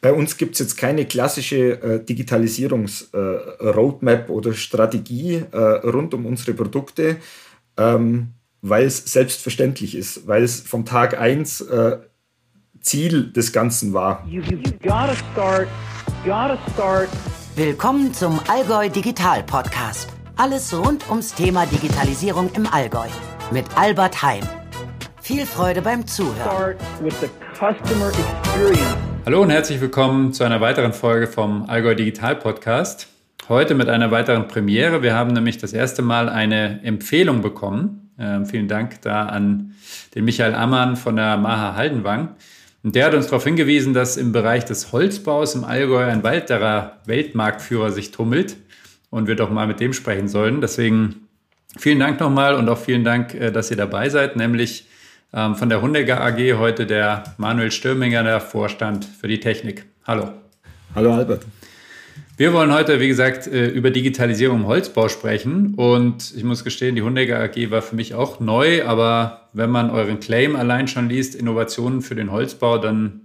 Bei uns gibt es jetzt keine klassische Digitalisierungs-Roadmap oder Strategie rund um unsere Produkte, weil es selbstverständlich ist, weil es vom Tag 1 Ziel des Ganzen war. Willkommen zum Allgäu Digital Podcast. Alles rund ums Thema Digitalisierung im Allgäu mit Albert Heim. Viel Freude beim Zuhören. Hallo und herzlich willkommen zu einer weiteren Folge vom Allgäu Digital Podcast. Heute mit einer weiteren Premiere. Wir haben nämlich das erste Mal eine Empfehlung bekommen. Vielen Dank da an den Michael Ammann von der Maha Haldenwang. Und der hat uns darauf hingewiesen, dass im Bereich des Holzbaus im Allgäu ein weiterer Weltmarktführer sich tummelt und wir doch mal mit dem sprechen sollen. Deswegen vielen Dank nochmal und auch vielen Dank, dass ihr dabei seid, nämlich von der Hundegger AG heute der Manuel Stürminger, der Vorstand für die Technik. Hallo. Hallo Albert. Wir wollen heute, wie gesagt, über Digitalisierung im Holzbau sprechen und ich muss gestehen, die Hundegger AG war für mich auch neu, aber wenn man euren Claim allein schon liest, Innovationen für den Holzbau, dann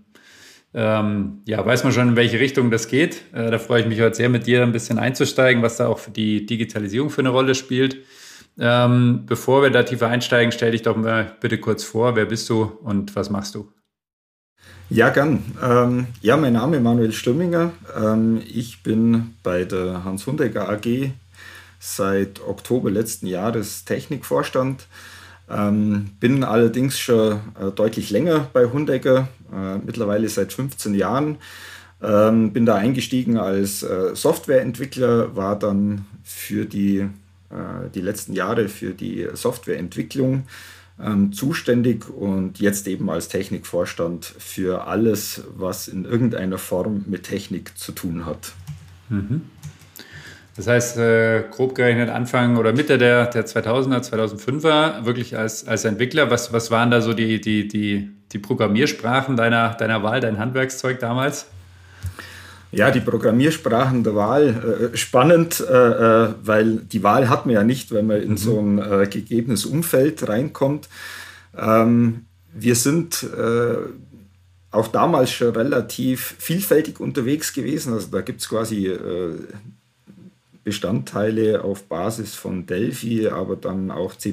weiß man schon, in welche Richtung das geht. Da freue ich mich heute sehr, mit dir ein bisschen einzusteigen, was da auch für die Digitalisierung für eine Rolle spielt. Bevor wir da tiefer einsteigen, stell dich doch mal bitte kurz vor, wer bist du und was machst du? Ja, gern. Mein Name ist Manuel Stürminger. Ich bin bei der Hans-Hundegger AG seit Oktober letzten Jahres Technikvorstand. Bin allerdings schon deutlich länger bei Hundegger, mittlerweile seit 15 Jahren. Bin da eingestiegen als Softwareentwickler, war dann für die letzten Jahre für die Softwareentwicklung zuständig und jetzt eben als Technikvorstand für alles, was in irgendeiner Form mit Technik zu tun hat. Mhm. Das heißt, grob gerechnet Anfang oder Mitte der 2000er, 2005er, wirklich als Entwickler. Was waren da so die Programmiersprachen deiner Wahl, dein Handwerkszeug damals? Ja, die Programmiersprachen der Wahl, spannend, weil die Wahl hat man ja nicht, wenn man in so ein gegebenes Umfeld reinkommt. Wir sind auch damals schon relativ vielfältig unterwegs gewesen. Also da gibt es quasi Bestandteile auf Basis von Delphi, aber dann auch C++,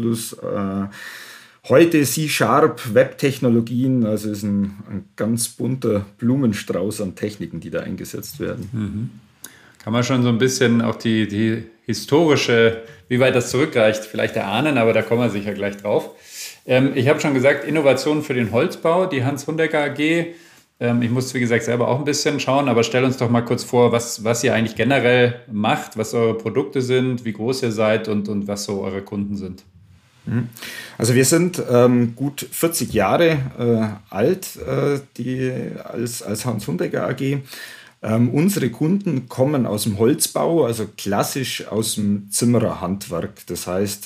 heute C#, Web-Technologien, also ist ein ganz bunter Blumenstrauß an Techniken, die da eingesetzt werden. Mhm. Kann man schon so ein bisschen auch die historische, wie weit das zurückreicht, vielleicht erahnen, aber da kommen wir sicher gleich drauf. Ich habe schon gesagt, Innovationen für den Holzbau, die Hans-Hundegger AG. Ich muss, wie gesagt, selber auch ein bisschen schauen, aber stell uns doch mal kurz vor, was ihr eigentlich generell macht, was eure Produkte sind, wie groß ihr seid und was so eure Kunden sind. Also wir sind gut 40 Jahre alt, die als Hans-Hundegger AG. Unsere Kunden kommen aus dem Holzbau, also klassisch aus dem Zimmererhandwerk. Das heißt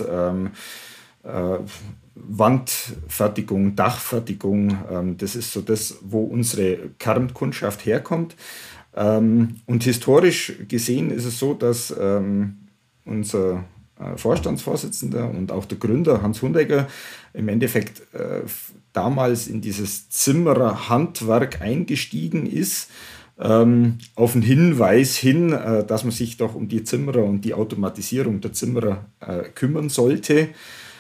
Wandfertigung, Dachfertigung, das ist so das, wo unsere Kernkundschaft herkommt. Und historisch gesehen ist es so, dass unser Vorstandsvorsitzender und auch der Gründer Hans Hundegger im Endeffekt damals in dieses Zimmererhandwerk eingestiegen ist, auf einen Hinweis hin, dass man sich doch um die Zimmerer und die Automatisierung der Zimmerer kümmern sollte.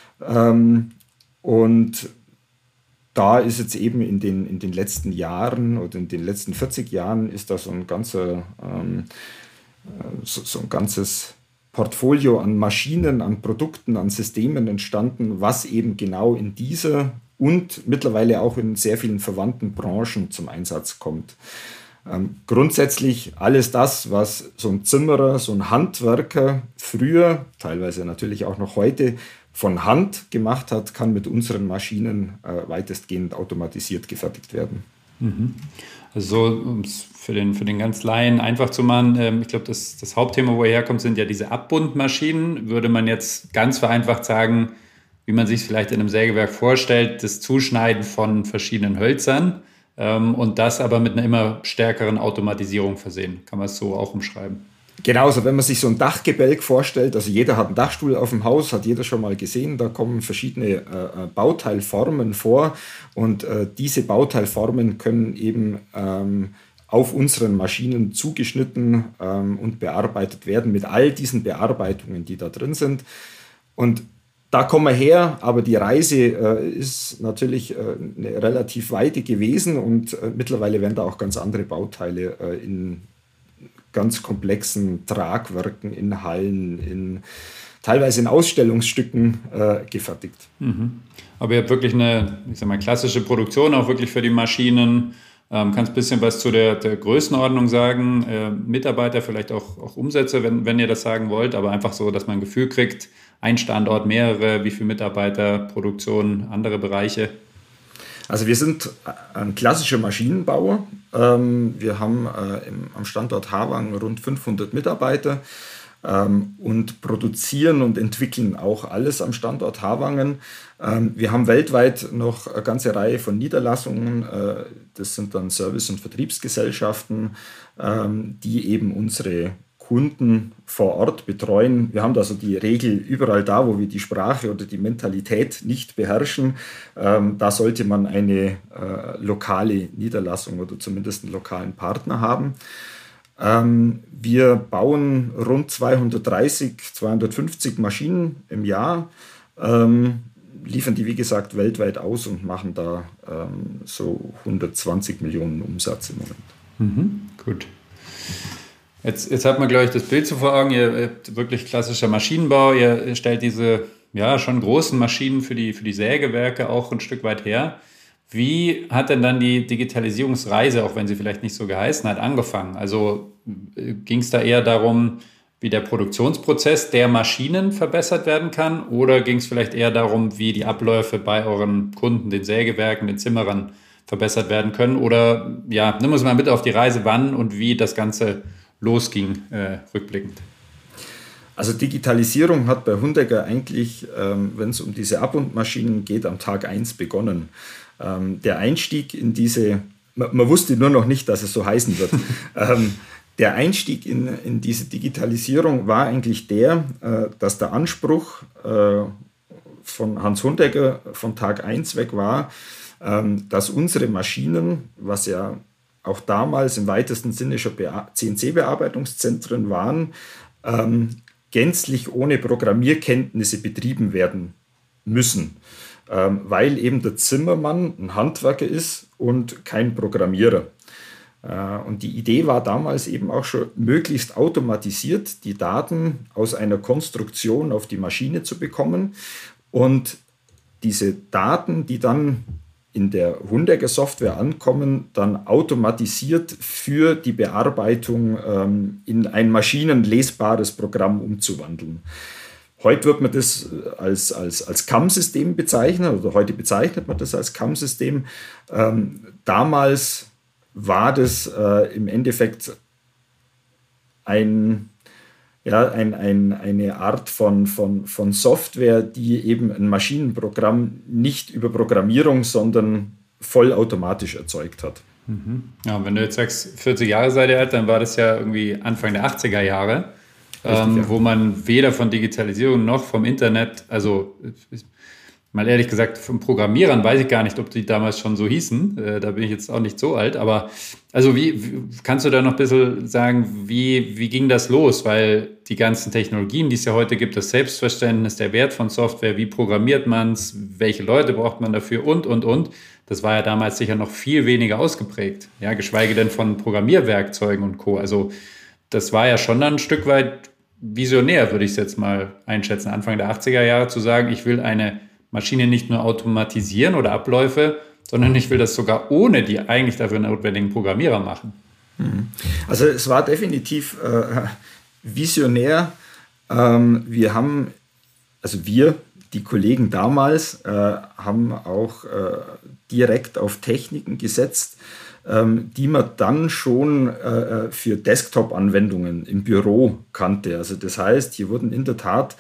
Und da ist jetzt eben in den letzten Jahren oder in den letzten 40 Jahren ist da so ein ganzes Portfolio an Maschinen, an Produkten, an Systemen entstanden, was eben genau in dieser und mittlerweile auch in sehr vielen verwandten Branchen zum Einsatz kommt. Grundsätzlich alles das, was so ein Zimmerer, so ein Handwerker früher, teilweise natürlich auch noch heute, von Hand gemacht hat, kann mit unseren Maschinen weitestgehend automatisiert gefertigt werden. Mhm. Also um es für den ganz Laien einfach zu machen, ich glaube, das Hauptthema, wo ihr herkommt, sind ja diese Abbundmaschinen. Würde man jetzt ganz vereinfacht sagen, wie man sich es vielleicht in einem Sägewerk vorstellt, das Zuschneiden von verschiedenen Hölzern und das aber mit einer immer stärkeren Automatisierung versehen. Kann man es so auch umschreiben? Genauso, wenn man sich so ein Dachgebälk vorstellt, also jeder hat einen Dachstuhl auf dem Haus, hat jeder schon mal gesehen, da kommen verschiedene Bauteilformen vor und diese Bauteilformen können eben auf unseren Maschinen zugeschnitten und bearbeitet werden mit all diesen Bearbeitungen, die da drin sind. Und da kommen wir her, aber die Reise ist natürlich eine relativ weite gewesen und mittlerweile werden da auch ganz andere Bauteile in ganz komplexen Tragwerken, in Hallen, teilweise in Ausstellungsstücken gefertigt. Mhm. Aber ihr habt wirklich eine, ich sag mal, klassische Produktion auch wirklich für die Maschinen. Kannst ein bisschen was zu der Größenordnung sagen, Mitarbeiter, vielleicht auch Umsätze, wenn ihr das sagen wollt, aber einfach so, dass man ein Gefühl kriegt, ein Standort, mehrere, wie viele Mitarbeiter, Produktion, andere Bereiche? Also wir sind ein klassischer Maschinenbauer. Wir haben am Standort Havang rund 500 Mitarbeiter und produzieren und entwickeln auch alles am Standort Havangen. Wir haben weltweit noch eine ganze Reihe von Niederlassungen. Das sind dann Service- und Vertriebsgesellschaften, die eben unsere Kunden vor Ort betreuen. Wir haben da so die Regel, überall da, wo wir die Sprache oder die Mentalität nicht beherrschen, da sollte man eine lokale Niederlassung oder zumindest einen lokalen Partner haben. Wir bauen rund 250 Maschinen im Jahr, liefern die, wie gesagt, weltweit aus und machen da so 120 Millionen Umsatz im Moment. Mhm, gut. Jetzt hat man, glaube ich, das Bild so vor Augen. Ihr habt wirklich klassischer Maschinenbau. Ihr stellt diese schon großen Maschinen für die Sägewerke auch ein Stück weit her. Wie hat denn dann die Digitalisierungsreise, auch wenn sie vielleicht nicht so geheißen hat, angefangen? Also ging es da eher darum, wie der Produktionsprozess der Maschinen verbessert werden kann? Oder ging es vielleicht eher darum, wie die Abläufe bei euren Kunden, den Sägewerken, den Zimmerern verbessert werden können? Oder nimm uns mal mit auf die Reise, wann und wie das Ganze losging, rückblickend. Also Digitalisierung hat bei Hundegger eigentlich, wenn es um diese Ab- und Maschinen geht, am Tag 1 begonnen. Der Einstieg in diese, man wusste nur noch nicht, dass es so heißen wird, der Einstieg in diese Digitalisierung war eigentlich der, dass der Anspruch von Hans Hundegger von Tag 1 weg war, dass unsere Maschinen, was ja auch damals im weitesten Sinne schon CNC-Bearbeitungszentren waren, gänzlich ohne Programmierkenntnisse betrieben werden müssen, weil eben der Zimmermann ein Handwerker ist und kein Programmierer. Und die Idee war damals eben auch schon, möglichst automatisiert die Daten aus einer Konstruktion auf die Maschine zu bekommen und diese Daten, die dann in der Hundegger Software ankommen, dann automatisiert für die Bearbeitung in ein maschinenlesbares Programm umzuwandeln. Heute wird man das als CAM-System bezeichnen, oder heute bezeichnet man das als CAM-System. Damals war das im Endeffekt eine Art von Software, die eben ein Maschinenprogramm nicht über Programmierung, sondern vollautomatisch erzeugt hat. Mhm. Ja, wenn du jetzt sagst, 40 Jahre seid ihr alt, dann war das ja irgendwie Anfang der 80er Jahre, richtig, wo man weder von Digitalisierung noch vom Internet, also mal ehrlich gesagt, von Programmierern weiß ich gar nicht, ob die damals schon so hießen. Da bin ich jetzt auch nicht so alt. Aber also wie kannst du da noch ein bisschen sagen, wie ging das los? Weil die ganzen Technologien, die es ja heute gibt, das Selbstverständnis, der Wert von Software, wie programmiert man es, welche Leute braucht man dafür und. Das war ja damals sicher noch viel weniger ausgeprägt. Ja, geschweige denn von Programmierwerkzeugen und Co. Also das war ja schon dann ein Stück weit visionär, würde ich es jetzt mal einschätzen, Anfang der 80er Jahre zu sagen, ich will eine Maschine nicht nur automatisieren oder Abläufe, sondern ich will das sogar ohne die eigentlich dafür notwendigen Programmierer machen. Also es war definitiv visionär. Die Kollegen damals, haben auch direkt auf Techniken gesetzt, die man dann schon für Desktop-Anwendungen im Büro kannte. Also das heißt, hier wurden in der Tat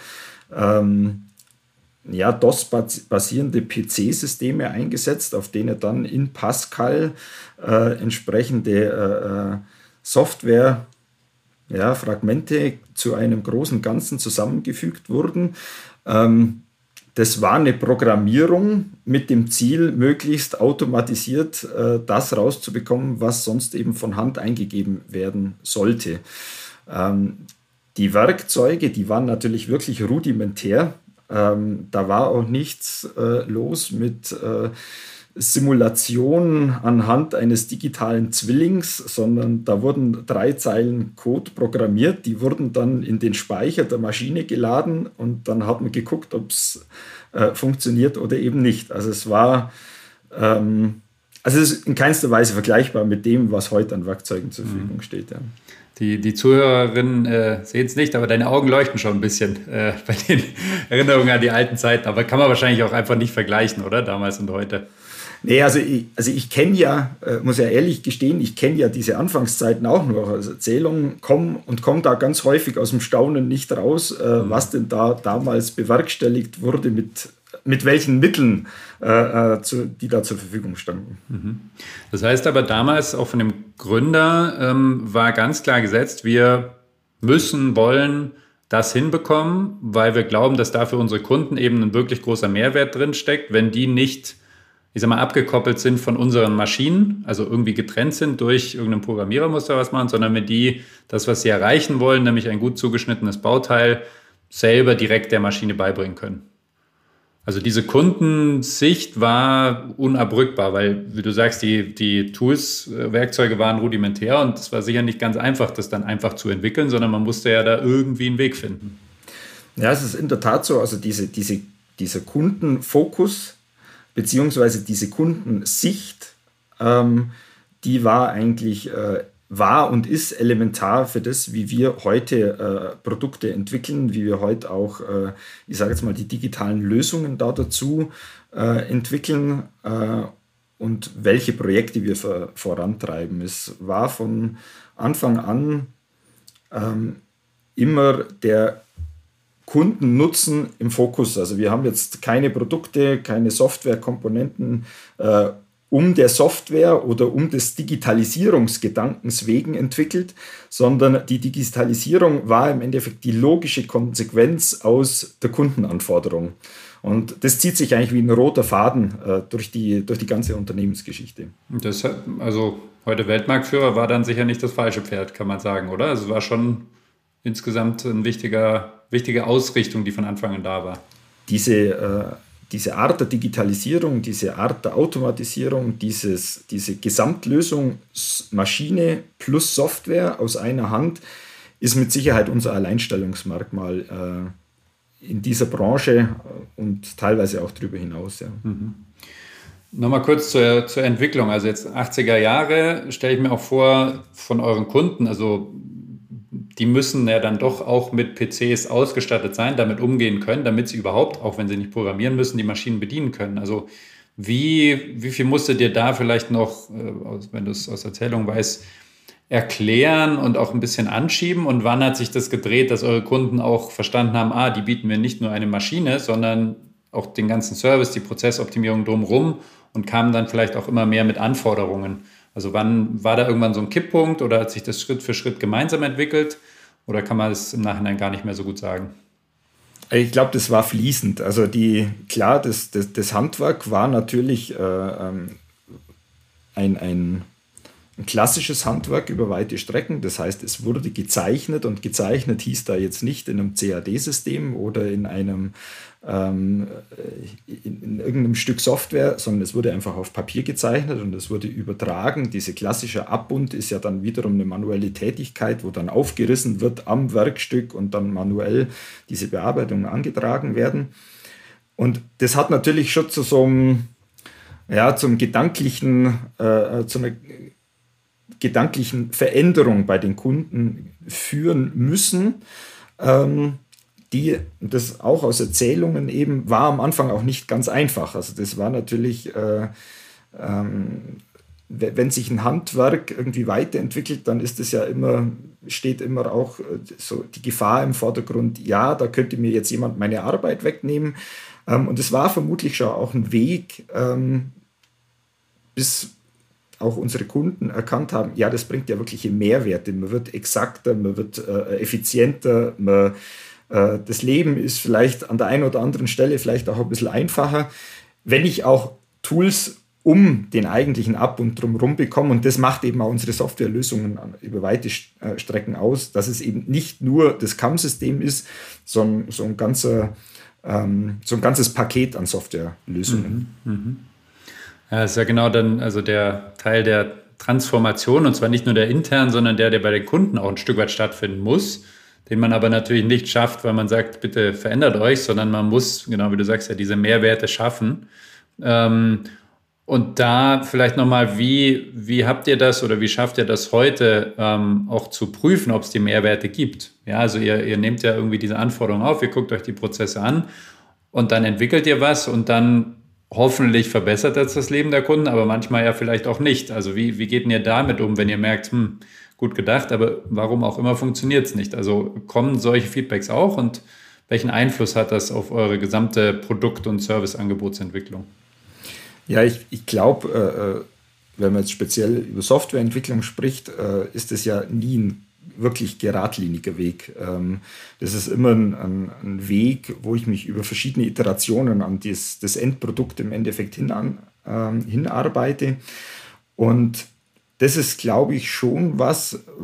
DOS-basierende PC-Systeme eingesetzt, auf denen dann in Pascal entsprechende Software, Fragmente zu einem großen Ganzen zusammengefügt wurden. Das war eine Programmierung mit dem Ziel, möglichst automatisiert das rauszubekommen, was sonst eben von Hand eingegeben werden sollte. Die Werkzeuge, die waren natürlich wirklich rudimentär. Da war auch nichts los mit Simulation anhand eines digitalen Zwillings, sondern da wurden 3 Zeilen Code programmiert, die wurden dann in den Speicher der Maschine geladen und dann hat man geguckt, ob es funktioniert oder eben nicht. Also es war, es ist in keinster Weise vergleichbar mit dem, was heute an Werkzeugen zur Verfügung steht. Ja. Die Zuhörerinnen sehen es nicht, aber deine Augen leuchten schon ein bisschen bei den Erinnerungen an die alten Zeiten. Aber kann man wahrscheinlich auch einfach nicht vergleichen, oder? Damals und heute. Nee, also ich kenne ja, muss ja ehrlich gestehen, ich kenne ja diese Anfangszeiten auch noch. Also Erzählungen kommen da ganz häufig aus dem Staunen nicht raus, was denn da damals bewerkstelligt wurde, mit welchen Mitteln, die da zur Verfügung standen. Das heißt aber damals auch von dem Gründer war ganz klar gesetzt, wir wollen das hinbekommen, weil wir glauben, dass da für unsere Kunden eben ein wirklich großer Mehrwert drin steckt, wenn die nicht, ich sag mal, abgekoppelt sind von unseren Maschinen, also irgendwie getrennt sind durch irgendein Programmierermuster was machen, sondern wenn die das, was sie erreichen wollen, nämlich ein gut zugeschnittenes Bauteil, selber direkt der Maschine beibringen können. Also diese Kundensicht war unabrückbar, weil, wie du sagst, die Tools, Werkzeuge waren rudimentär und es war sicher nicht ganz einfach, das dann einfach zu entwickeln, sondern man musste ja da irgendwie einen Weg finden. Ja, es ist in der Tat so, also dieser Kundenfokus beziehungsweise diese Kundensicht, die war eigentlich war und ist elementar für das, wie wir heute Produkte entwickeln, wie wir heute auch, ich sage jetzt mal, die digitalen Lösungen da dazu entwickeln und welche Projekte wir vorantreiben. Es war von Anfang an immer der Kundennutzen im Fokus. Also wir haben jetzt keine Produkte, keine Softwarekomponenten um der Software oder um des Digitalisierungsgedankens wegen entwickelt, sondern die Digitalisierung war im Endeffekt die logische Konsequenz aus der Kundenanforderung. Und das zieht sich eigentlich wie ein roter Faden durch die ganze Unternehmensgeschichte. Das, also heute Weltmarktführer war dann sicher nicht das falsche Pferd, kann man sagen, oder? Also es war schon insgesamt eine wichtige Ausrichtung, die von Anfang an da war. Diese Art der Digitalisierung, diese Art der Automatisierung, diese Gesamtlösung Maschine plus Software aus einer Hand ist mit Sicherheit unser Alleinstellungsmerkmal in dieser Branche und teilweise auch darüber hinaus. Ja. Nochmal kurz zur Entwicklung. Also jetzt 80er Jahre stelle ich mir auch vor von euren Kunden, also die müssen ja dann doch auch mit PCs ausgestattet sein, damit umgehen können, damit sie überhaupt, auch wenn sie nicht programmieren müssen, die Maschinen bedienen können. Also wie viel musstet ihr da vielleicht noch, wenn du es aus Erzählung weißt, erklären und auch ein bisschen anschieben? Und wann hat sich das gedreht, dass eure Kunden auch verstanden haben, die bieten mir nicht nur eine Maschine, sondern auch den ganzen Service, die Prozessoptimierung drumherum und kamen dann vielleicht auch immer mehr mit Anforderungen? Also wann war da irgendwann so ein Kipppunkt oder hat sich das Schritt für Schritt gemeinsam entwickelt oder kann man es im Nachhinein gar nicht mehr so gut sagen? Ich glaube, das war fließend. Also das Handwerk war natürlich ein klassisches Handwerk über weite Strecken. Das heißt, es wurde gezeichnet und gezeichnet hieß da jetzt nicht in einem CAD-System oder in irgendeinem Stück Software, sondern es wurde einfach auf Papier gezeichnet und es wurde übertragen. Diese klassische Abbund ist ja dann wiederum eine manuelle Tätigkeit, wo dann aufgerissen wird am Werkstück und dann manuell diese Bearbeitungen angetragen werden. Und das hat natürlich schon zu so einem, zum gedanklichen, zu einer gedanklichen Veränderung bei den Kunden führen müssen, die, das auch aus Erzählungen eben, war am Anfang auch nicht ganz einfach. Also das war natürlich, wenn sich ein Handwerk irgendwie weiterentwickelt, dann ist es ja steht immer auch so die Gefahr im Vordergrund, da könnte mir jetzt jemand meine Arbeit wegnehmen. Und es war vermutlich schon auch ein Weg, bis auch unsere Kunden erkannt haben, das bringt ja wirkliche Mehrwerte. Man wird exakter, man wird effizienter, man Das Leben ist vielleicht an der einen oder anderen Stelle vielleicht auch ein bisschen einfacher, wenn ich auch Tools um den eigentlichen Ab- und drumherum bekomme. Und das macht eben auch unsere Softwarelösungen über weite Strecken aus, dass es eben nicht nur das CAM-System ist, sondern so ein ganzes Paket an Softwarelösungen. Ja, das ist ja genau dann also der Teil der Transformation, und zwar nicht nur der intern, sondern der bei den Kunden auch ein Stück weit stattfinden muss, den man aber natürlich nicht schafft, weil man sagt, bitte verändert euch, sondern man muss, genau wie du sagst, ja diese Mehrwerte schaffen. Und da vielleicht nochmal, wie habt ihr das oder wie schafft ihr das heute auch zu prüfen, ob es die Mehrwerte gibt? Ja, also ihr nehmt ja irgendwie diese Anforderungen auf, ihr guckt euch die Prozesse an und dann entwickelt ihr was und dann hoffentlich verbessert das Leben der Kunden, aber manchmal ja vielleicht auch nicht. Also wie geht denn ihr damit um, wenn ihr merkt, gut gedacht, aber warum auch immer funktioniert es nicht? Also kommen solche Feedbacks auch und welchen Einfluss hat das auf eure gesamte Produkt- und Serviceangebotsentwicklung? Ja, ich glaube, wenn man jetzt speziell über Softwareentwicklung spricht, ist es ja nie ein wirklich geradliniger Weg. Das ist immer ein Weg, wo ich mich über verschiedene Iterationen an das Endprodukt im Endeffekt hinarbeite. Und das ist, glaube ich, schon wo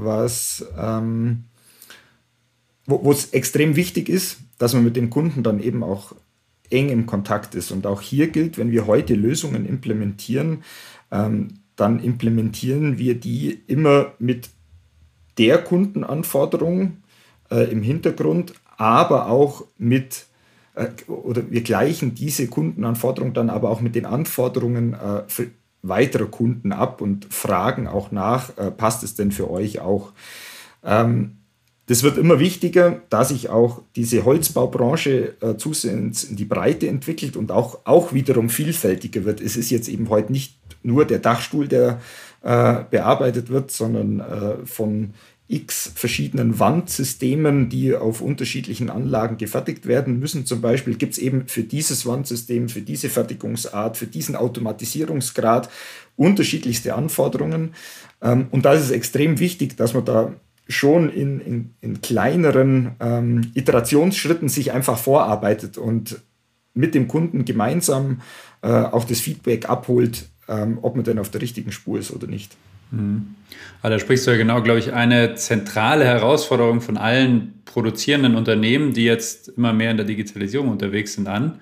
es extrem wichtig ist, dass man mit dem Kunden dann eben auch eng im Kontakt ist. Und auch hier gilt, wenn wir heute Lösungen implementieren, dann implementieren wir die immer mit der Kundenanforderung im Hintergrund, aber auch oder wir gleichen diese Kundenanforderung dann aber auch mit den Anforderungen für weitere Kunden ab und fragen auch nach, passt es denn für euch auch? Das wird immer wichtiger, da sich auch diese Holzbaubranche zusehends in die Breite entwickelt und auch wiederum vielfältiger wird. Es ist jetzt eben heute nicht nur der Dachstuhl, der bearbeitet wird, sondern von x verschiedenen Wandsystemen, die auf unterschiedlichen Anlagen gefertigt werden müssen. Zum Beispiel gibt es eben für dieses Wandsystem, für diese Fertigungsart, für diesen Automatisierungsgrad unterschiedlichste Anforderungen. Und da ist es extrem wichtig, dass man da schon in kleineren Iterationsschritten sich einfach vorarbeitet und mit dem Kunden gemeinsam auch das Feedback abholt, ob man denn auf der richtigen Spur ist oder nicht. Aber da sprichst du ja genau, glaube ich, eine zentrale Herausforderung von allen produzierenden Unternehmen, die jetzt immer mehr in der Digitalisierung unterwegs sind, an.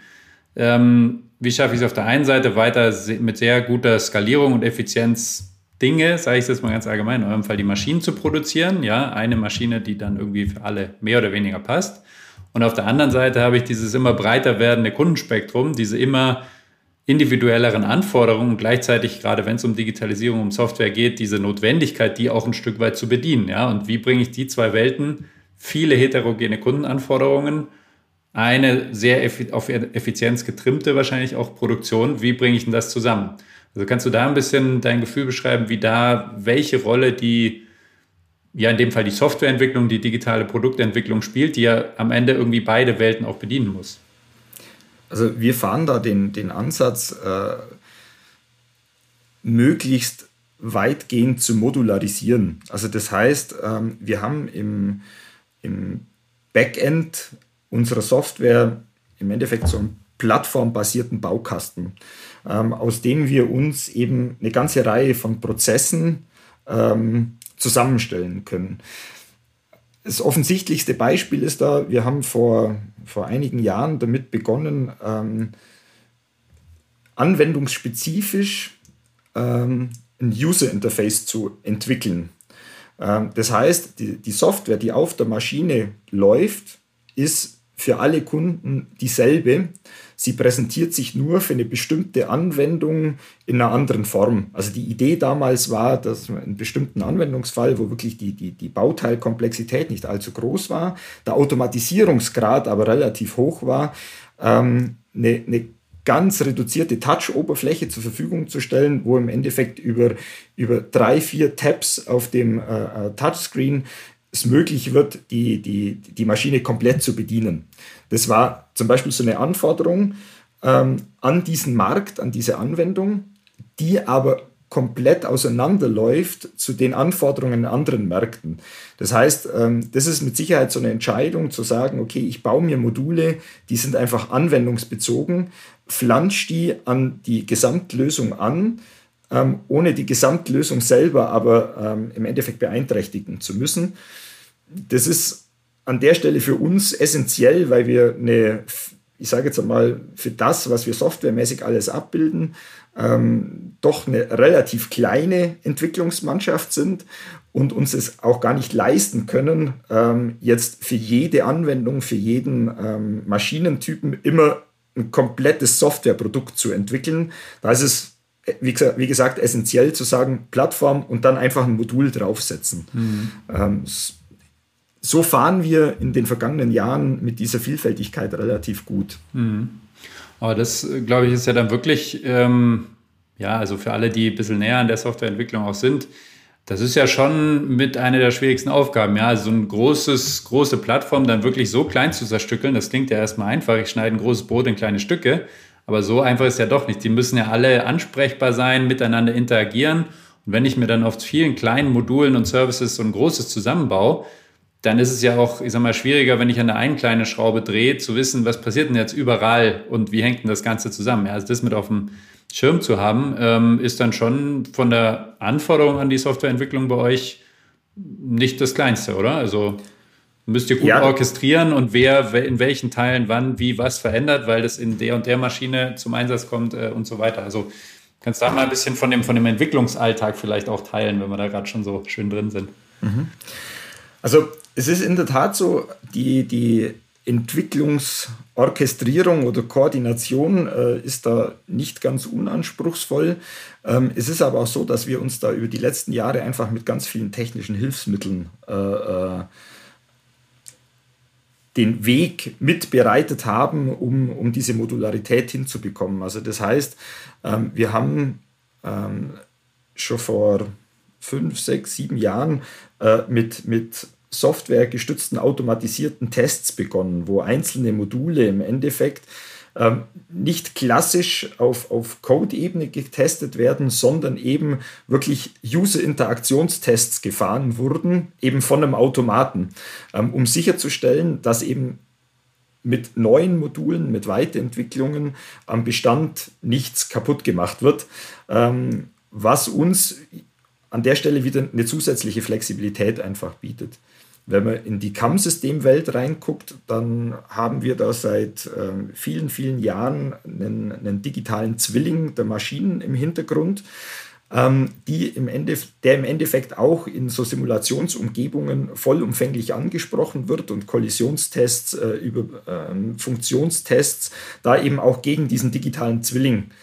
Wie schaffe ich es auf der einen Seite weiter mit sehr guter Skalierung und Effizienz Dinge, sage ich jetzt mal ganz allgemein, in eurem Fall die Maschinen zu produzieren, ja, eine Maschine, die dann irgendwie für alle mehr oder weniger passt. Und auf der anderen Seite habe ich dieses immer breiter werdende Kundenspektrum, diese immer individuelleren Anforderungen und gleichzeitig, gerade wenn es um Digitalisierung, um Software geht, diese Notwendigkeit, die auch ein Stück weit zu bedienen. Ja? Und wie bringe ich die zwei Welten, viele heterogene Kundenanforderungen, eine sehr auf Effizienz getrimmte wahrscheinlich auch Produktion, wie bringe ich denn das zusammen? Also kannst du da ein bisschen dein Gefühl beschreiben, welche Rolle die, ja in dem Fall die Softwareentwicklung, die digitale Produktentwicklung spielt, die ja am Ende irgendwie beide Welten auch bedienen muss? Also wir fahren da den Ansatz, möglichst weitgehend zu modularisieren. Also das heißt, wir haben im Backend unserer Software im Endeffekt so einen plattformbasierten Baukasten, aus dem wir uns eben eine ganze Reihe von Prozessen zusammenstellen können. Das offensichtlichste Beispiel ist da, wir haben vor einigen Jahren damit begonnen, anwendungsspezifisch ein User-Interface zu entwickeln. Das heißt, die Software, die auf der Maschine läuft, ist für alle Kunden dieselbe. Sie präsentiert sich nur für eine bestimmte Anwendung in einer anderen Form. Also die Idee damals war, dass man einen bestimmten Anwendungsfall, wo wirklich die Bauteilkomplexität nicht allzu groß war, der Automatisierungsgrad aber relativ hoch war, eine ganz reduzierte Touch-Oberfläche zur Verfügung zu stellen, wo im Endeffekt über 3-4 Tabs auf dem Touchscreen es möglich wird, die Maschine komplett zu bedienen. Das war zum Beispiel so eine Anforderung an diesen Markt, an diese Anwendung, die aber komplett auseinanderläuft zu den Anforderungen in anderen Märkten. Das heißt, das ist mit Sicherheit so eine Entscheidung zu sagen, okay, ich baue mir Module, die sind einfach anwendungsbezogen, flansche die an die Gesamtlösung an, ohne die Gesamtlösung selber aber im Endeffekt beeinträchtigen zu müssen. Das ist an der Stelle für uns essentiell, weil wir ich sage jetzt einmal, für das, was wir softwaremäßig alles abbilden, doch eine relativ kleine Entwicklungsmannschaft sind und uns es auch gar nicht leisten können, jetzt für jede Anwendung, für jeden Maschinentypen immer ein komplettes Softwareprodukt zu entwickeln. Da ist es, wie gesagt, essentiell zu sagen, Plattform und dann einfach ein Modul draufsetzen. So fahren wir in den vergangenen Jahren mit dieser Vielfältigkeit relativ gut. Aber das, glaube ich, ist ja dann wirklich, also für alle, die ein bisschen näher an der Softwareentwicklung auch sind, das ist ja schon mit einer der schwierigsten Aufgaben. Ja, also so eine große Plattform dann wirklich so klein zu zerstückeln, das klingt ja erstmal einfach. Ich schneide ein großes Brot in kleine Stücke, aber so einfach ist ja doch nicht. Die müssen ja alle ansprechbar sein, miteinander interagieren. Und wenn ich mir dann auf vielen kleinen Modulen und Services so ein großes zusammenbaue, dann ist es ja auch, ich sag mal, schwieriger, wenn ich an der einen kleinen Schraube drehe, zu wissen, was passiert denn jetzt überall und wie hängt denn das Ganze zusammen. Ja, also das mit auf dem Schirm zu haben, ist dann schon von der Anforderung an die Softwareentwicklung bei euch nicht das Kleinste, oder? Also müsst ihr gut orchestrieren und wer in welchen Teilen wann, wie, was verändert, weil das in der und der Maschine zum Einsatz kommt und so weiter. Also kannst du da mal ein bisschen von dem Entwicklungsalltag vielleicht auch teilen, wenn wir da gerade schon so schön drin sind. Also es ist in der Tat so, die Entwicklungsorchestrierung oder Koordination ist da nicht ganz unanspruchsvoll. Es ist aber auch so, dass wir uns da über die letzten Jahre einfach mit ganz vielen technischen Hilfsmitteln den Weg mitbereitet haben, um diese Modularität hinzubekommen. Also das heißt, wir haben schon vor 5, 6, 7 Jahren mit softwaregestützten automatisierten Tests begonnen, wo einzelne Module im Endeffekt nicht klassisch auf Code-Ebene getestet werden, sondern eben wirklich User-Interaktionstests gefahren wurden, eben von einem Automaten, um sicherzustellen, dass eben mit neuen Modulen, mit Weiterentwicklungen am Bestand nichts kaputt gemacht wird, was uns an der Stelle wieder eine zusätzliche Flexibilität einfach bietet. Wenn man in die CAM-Systemwelt reinguckt, dann haben wir da seit vielen, vielen Jahren einen digitalen Zwilling der Maschinen im Hintergrund, der im Endeffekt auch in so Simulationsumgebungen vollumfänglich angesprochen wird und Kollisionstests über Funktionstests da eben auch gegen diesen digitalen Zwilling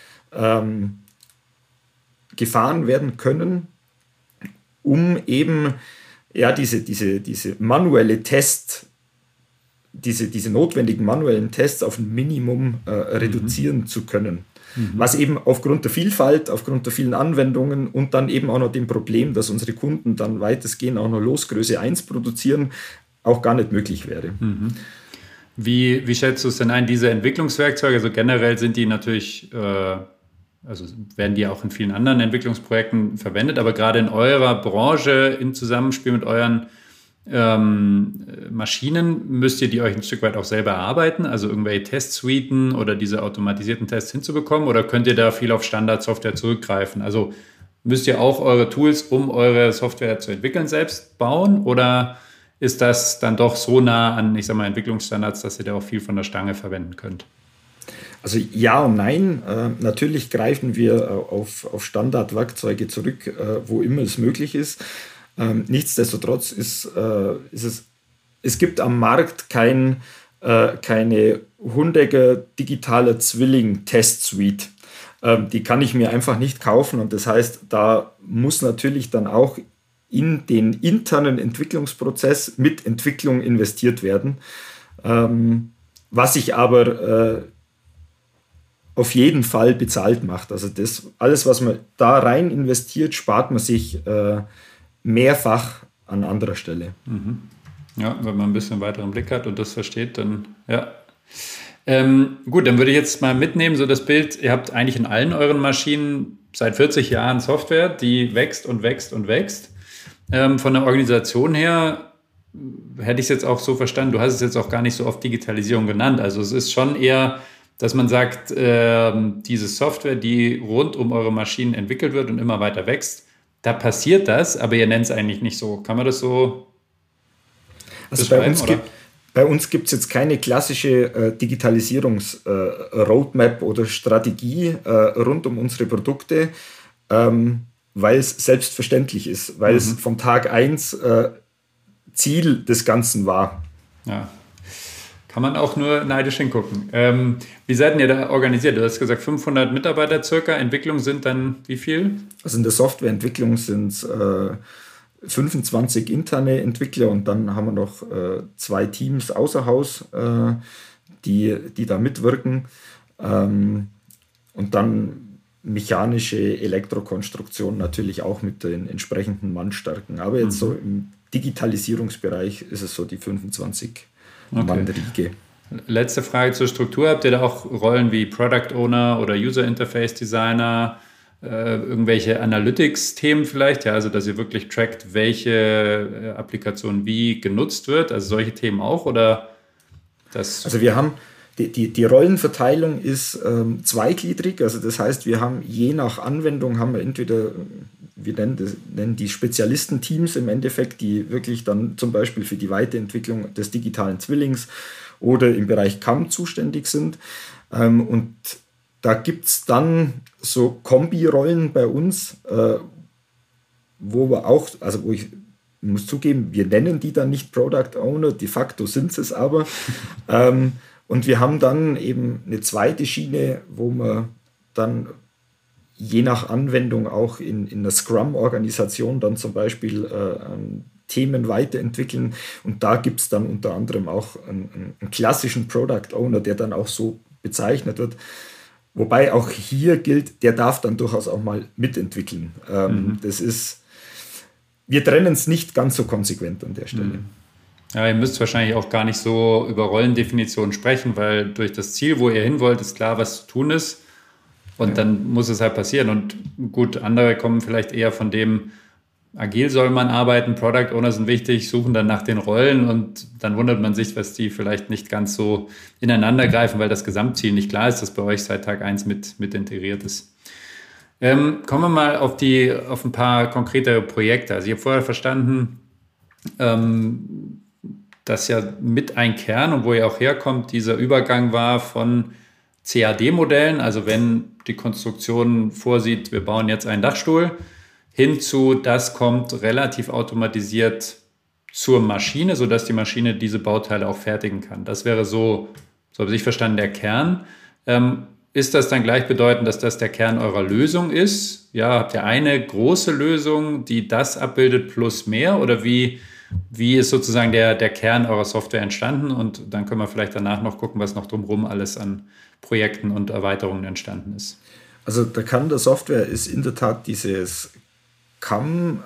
gefahren werden können, um eben diese manuelle Test, diese notwendigen manuellen Tests auf ein Minimum reduzieren zu können. Was eben aufgrund der Vielfalt, aufgrund der vielen Anwendungen und dann eben auch noch dem Problem, dass unsere Kunden dann weitestgehend auch noch Losgröße 1 produzieren, auch gar nicht möglich wäre. Wie schätzt du es denn ein, diese Entwicklungswerkzeuge? Also generell sind die natürlich... Also werden die auch in vielen anderen Entwicklungsprojekten verwendet, aber gerade in eurer Branche, im Zusammenspiel mit euren Maschinen, müsst ihr die euch ein Stück weit auch selber erarbeiten, also irgendwelche Testsuiten oder diese automatisierten Tests hinzubekommen, oder könnt ihr da viel auf Standardsoftware zurückgreifen? Also müsst ihr auch eure Tools, um eure Software zu entwickeln, selbst bauen, oder ist das dann doch so nah an, ich sag mal, Entwicklungsstandards, dass ihr da auch viel von der Stange verwenden könnt? Also ja und nein. Natürlich greifen wir auf Standardwerkzeuge zurück, wo immer es möglich ist. Nichtsdestotrotz es gibt am Markt keine Hundegger digitaler Zwilling-Test-Suite. Die kann ich mir einfach nicht kaufen, und das heißt, da muss natürlich dann auch in den internen Entwicklungsprozess mit Entwicklung investiert werden, was sich aber auf jeden Fall bezahlt macht. Also das alles, was man da rein investiert, spart man sich mehrfach an anderer Stelle. Ja, wenn man ein bisschen weiteren Blick hat und das versteht, dann ja. Gut, dann würde ich jetzt mal mitnehmen, so das Bild, ihr habt eigentlich in allen euren Maschinen seit 40 Jahren Software, die wächst und wächst und wächst. Von der Organisation her hätte ich es jetzt auch so verstanden, du hast es jetzt auch gar nicht so oft Digitalisierung genannt. Also es ist schon eher, dass man sagt, diese Software, die rund um eure Maschinen entwickelt wird und immer weiter wächst, da passiert das, aber ihr nennt es eigentlich nicht so. Kann man das so beschreiben? Bei uns gibt es jetzt keine klassische Digitalisierungs-Roadmap oder Strategie rund um unsere Produkte, weil es selbstverständlich ist, weil es vom Tag 1 Ziel des Ganzen war. Ja, kann man auch nur neidisch hingucken. Wie seid ihr da organisiert? Du hast gesagt 500 Mitarbeiter circa, Entwicklung sind dann wie viel? Also in der Softwareentwicklung sind es 25 interne Entwickler und dann haben wir noch 2 Teams außer Haus, die da mitwirken. Und dann mechanische Elektrokonstruktion natürlich auch mit den entsprechenden Mannstärken. Aber jetzt so im Digitalisierungsbereich ist es so die 25 Mann-Riege. Letzte Frage zur Struktur. Habt ihr da auch Rollen wie Product Owner oder User Interface Designer, irgendwelche Analytics-Themen vielleicht? Ja, also dass ihr wirklich trackt, welche Applikation wie genutzt wird. Also solche Themen auch? Oder das? Also wir haben die Rollenverteilung ist zweigliedrig. Also das heißt, wir haben je nach Anwendung haben wir entweder, wir nennen die Spezialistenteams im Endeffekt, die wirklich dann zum Beispiel für die Weiterentwicklung des digitalen Zwillings oder im Bereich CAM zuständig sind. Und da gibt es dann so Kombi-Rollen bei uns, wo wir auch, also wo ich muss zugeben, wir nennen die dann nicht Product Owner, de facto sind es aber. Und wir haben dann eben eine zweite Schiene, wo wir dann je nach Anwendung auch in der Scrum-Organisation dann zum Beispiel Themen weiterentwickeln. Und da gibt es dann unter anderem auch einen klassischen Product Owner, der dann auch so bezeichnet wird. Wobei auch hier gilt, der darf dann durchaus auch mal mitentwickeln. Das ist, wir trennen es nicht ganz so konsequent an der Stelle. Ja, ihr müsst wahrscheinlich auch gar nicht so über Rollendefinitionen sprechen, weil durch das Ziel, wo ihr hin wollt, ist klar, was zu tun ist. Und dann muss es halt passieren. Und gut, andere kommen vielleicht eher von dem, agil soll man arbeiten, Product Owner sind wichtig, suchen dann nach den Rollen und dann wundert man sich, was die vielleicht nicht ganz so ineinander greifen, weil das Gesamtziel nicht klar ist, das bei euch seit Tag 1 mit integriert ist. Kommen wir mal auf ein paar konkretere Projekte. Also ich habe vorher verstanden, dass ja mit ein Kern und wo ihr auch herkommt, dieser Übergang war von CAD-Modellen, also wenn die Konstruktion vorsieht, wir bauen jetzt einen Dachstuhl, hinzu, das kommt relativ automatisiert zur Maschine, sodass die Maschine diese Bauteile auch fertigen kann. Das wäre so habe ich verstanden, der Kern. Ist das dann gleichbedeutend, dass das der Kern eurer Lösung ist? Ja, habt ihr eine große Lösung, die das abbildet plus mehr? Oder wie ist sozusagen der Kern eurer Software entstanden? Und dann können wir vielleicht danach noch gucken, was noch drumherum alles an Projekten und Erweiterungen entstanden ist. Also der Kern der Software ist in der Tat dieses CAM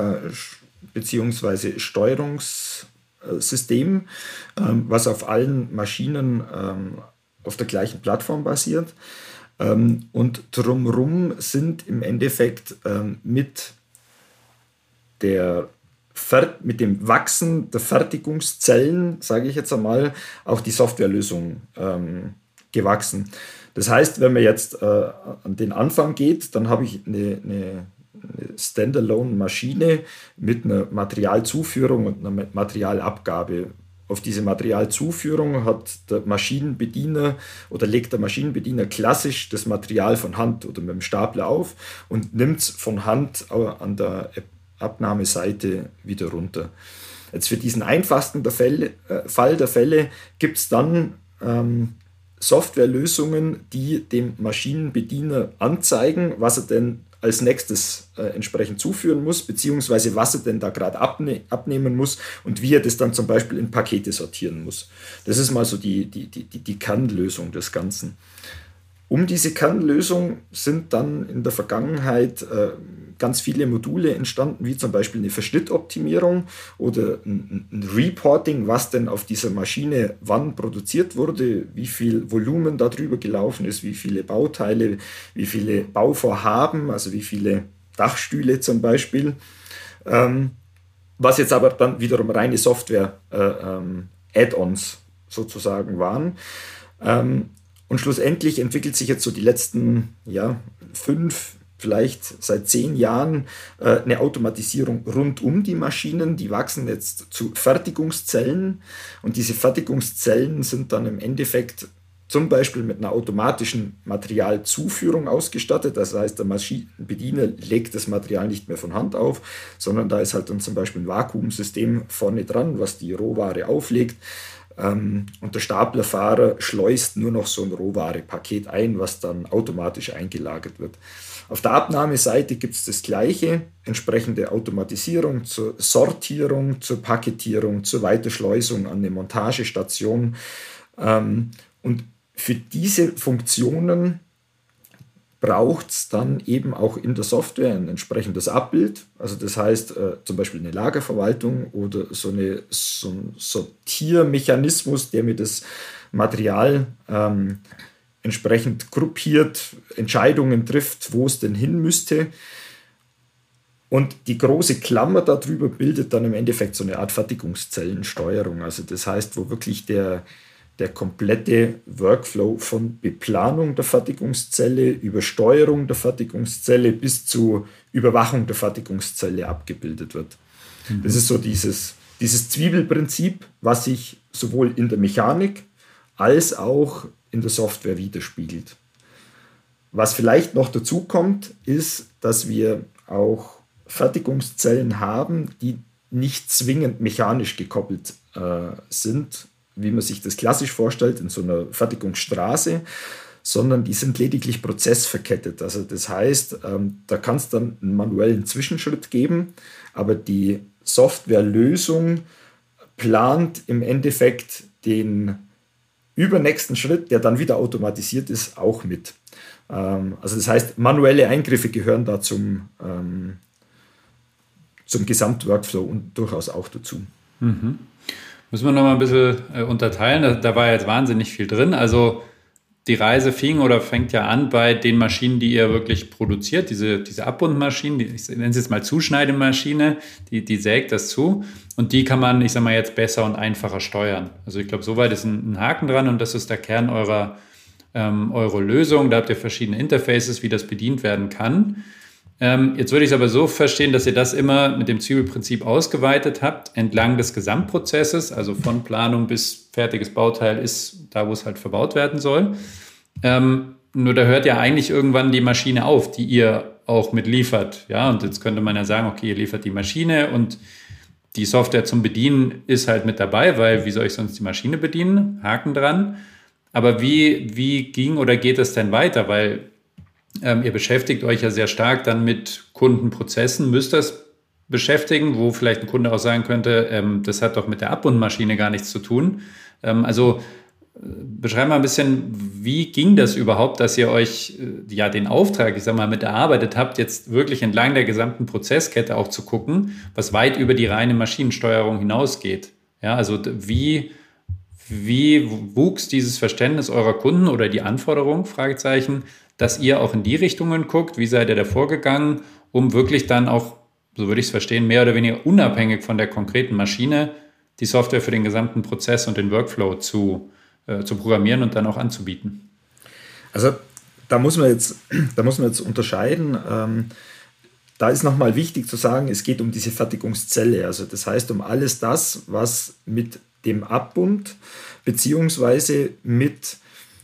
bzw. Steuerungssystem, was auf allen Maschinen auf der gleichen Plattform basiert. Und drumherum sind im Endeffekt mit dem Wachsen der Fertigungszellen, sage ich jetzt einmal, auch die Softwarelösung gewachsen. Das heißt, wenn man jetzt an den Anfang geht, dann habe ich eine Standalone-Maschine mit einer Materialzuführung und einer Materialabgabe. Auf diese Materialzuführung hat der Maschinenbediener oder legt der Maschinenbediener klassisch das Material von Hand oder mit dem Stapler auf und nimmt es von Hand an der Abnahmeseite wieder runter. Jetzt für diesen einfachsten Fall der Fälle gibt es dann Softwarelösungen, die dem Maschinenbediener anzeigen, was er denn als nächstes entsprechend zuführen muss, beziehungsweise was er denn da gerade abnehmen muss und wie er das dann zum Beispiel in Pakete sortieren muss. Das ist mal so die Kernlösung des Ganzen. Um diese Kernlösung sind dann in der Vergangenheit ganz viele Module entstanden, wie zum Beispiel eine Verschnittoptimierung oder ein Reporting, was denn auf dieser Maschine wann produziert wurde, wie viel Volumen darüber gelaufen ist, wie viele Bauteile, wie viele Bauvorhaben, also wie viele Dachstühle zum Beispiel, was jetzt aber dann wiederum reine Software-Add-ons sozusagen waren. Und schlussendlich entwickelt sich jetzt so die letzten 5, vielleicht seit 10 Jahren eine Automatisierung rund um die Maschinen. Die wachsen jetzt zu Fertigungszellen und diese Fertigungszellen sind dann im Endeffekt zum Beispiel mit einer automatischen Materialzuführung ausgestattet. Das heißt, der Maschinenbediener legt das Material nicht mehr von Hand auf, sondern da ist halt dann zum Beispiel ein Vakuumsystem vorne dran, was die Rohware auflegt. Und der Staplerfahrer schleust nur noch so ein Rohwarepaket ein, was dann automatisch eingelagert wird. Auf der Abnahmeseite gibt es das Gleiche, entsprechende Automatisierung zur Sortierung, zur Paketierung, zur Weiterschleusung an eine Montagestation. Und für diese Funktionen braucht es dann eben auch in der Software ein entsprechendes Abbild. Also das heißt zum Beispiel eine Lagerverwaltung oder so ein Sortiermechanismus, der mir das Material entsprechend gruppiert, Entscheidungen trifft, wo es denn hin müsste. Und die große Klammer darüber bildet dann im Endeffekt so eine Art Fertigungszellensteuerung. Also das heißt, wo wirklich der komplette Workflow von Beplanung der Fertigungszelle über Steuerung der Fertigungszelle bis zu Überwachung der Fertigungszelle abgebildet wird. Das ist so dieses Zwiebelprinzip, was sich sowohl in der Mechanik als auch in der Software widerspiegelt. Was vielleicht noch dazu kommt, ist, dass wir auch Fertigungszellen haben, die nicht zwingend mechanisch gekoppelt sind, wie man sich das klassisch vorstellt in so einer Fertigungsstraße, sondern die sind lediglich prozessverkettet. Also das heißt, da kann es dann einen manuellen Zwischenschritt geben, aber die Softwarelösung plant im Endeffekt den übernächsten Schritt, der dann wieder automatisiert ist, auch mit. Also das heißt, manuelle Eingriffe gehören da zum Gesamtworkflow und durchaus auch dazu. Mhm. Müssen wir noch mal ein bisschen unterteilen. Da war jetzt wahnsinnig viel drin. Also die Reise fängt ja an bei den Maschinen, die ihr wirklich produziert, diese Abbundmaschinen, ich nenne es jetzt mal Zuschneidemaschine, die sägt das zu und die kann man, ich sag mal jetzt, besser und einfacher steuern. Also ich glaube, soweit ist ein Haken dran und das ist der Kern eurer Lösung. Da habt ihr verschiedene Interfaces, wie das bedient werden kann. Jetzt würde ich es aber so verstehen, dass ihr das immer mit dem Zwiebelprinzip ausgeweitet habt, entlang des Gesamtprozesses, also von Planung bis fertiges Bauteil ist da, wo es halt verbaut werden soll. Nur da hört ja eigentlich irgendwann die Maschine auf, die ihr auch mitliefert. Ja, und jetzt könnte man ja sagen, okay, ihr liefert die Maschine und die Software zum Bedienen ist halt mit dabei, weil wie soll ich sonst die Maschine bedienen? Haken dran. Aber wie ging oder geht es denn weiter? Weil ihr beschäftigt euch ja sehr stark dann mit Kundenprozessen, müsst das beschäftigen, wo vielleicht ein Kunde auch sagen könnte, das hat doch mit der Abbundmaschine gar nichts zu tun. Also beschreib mal ein bisschen, wie ging das überhaupt, dass ihr euch den Auftrag, ich sag mal, mit erarbeitet habt, jetzt wirklich entlang der gesamten Prozesskette auch zu gucken, was weit über die reine Maschinensteuerung hinausgeht. Ja, also wie wuchs dieses Verständnis eurer Kunden oder die Anforderung, Fragezeichen, dass ihr auch in die Richtungen guckt, wie seid ihr da vorgegangen, um wirklich dann auch, so würde ich es verstehen, mehr oder weniger unabhängig von der konkreten Maschine die Software für den gesamten Prozess und den Workflow zu programmieren und dann auch anzubieten? Also da muss man jetzt unterscheiden. Da ist nochmal wichtig zu sagen, es geht um diese Fertigungszelle. Also das heißt um alles das, was mit dem Abbund beziehungsweise mit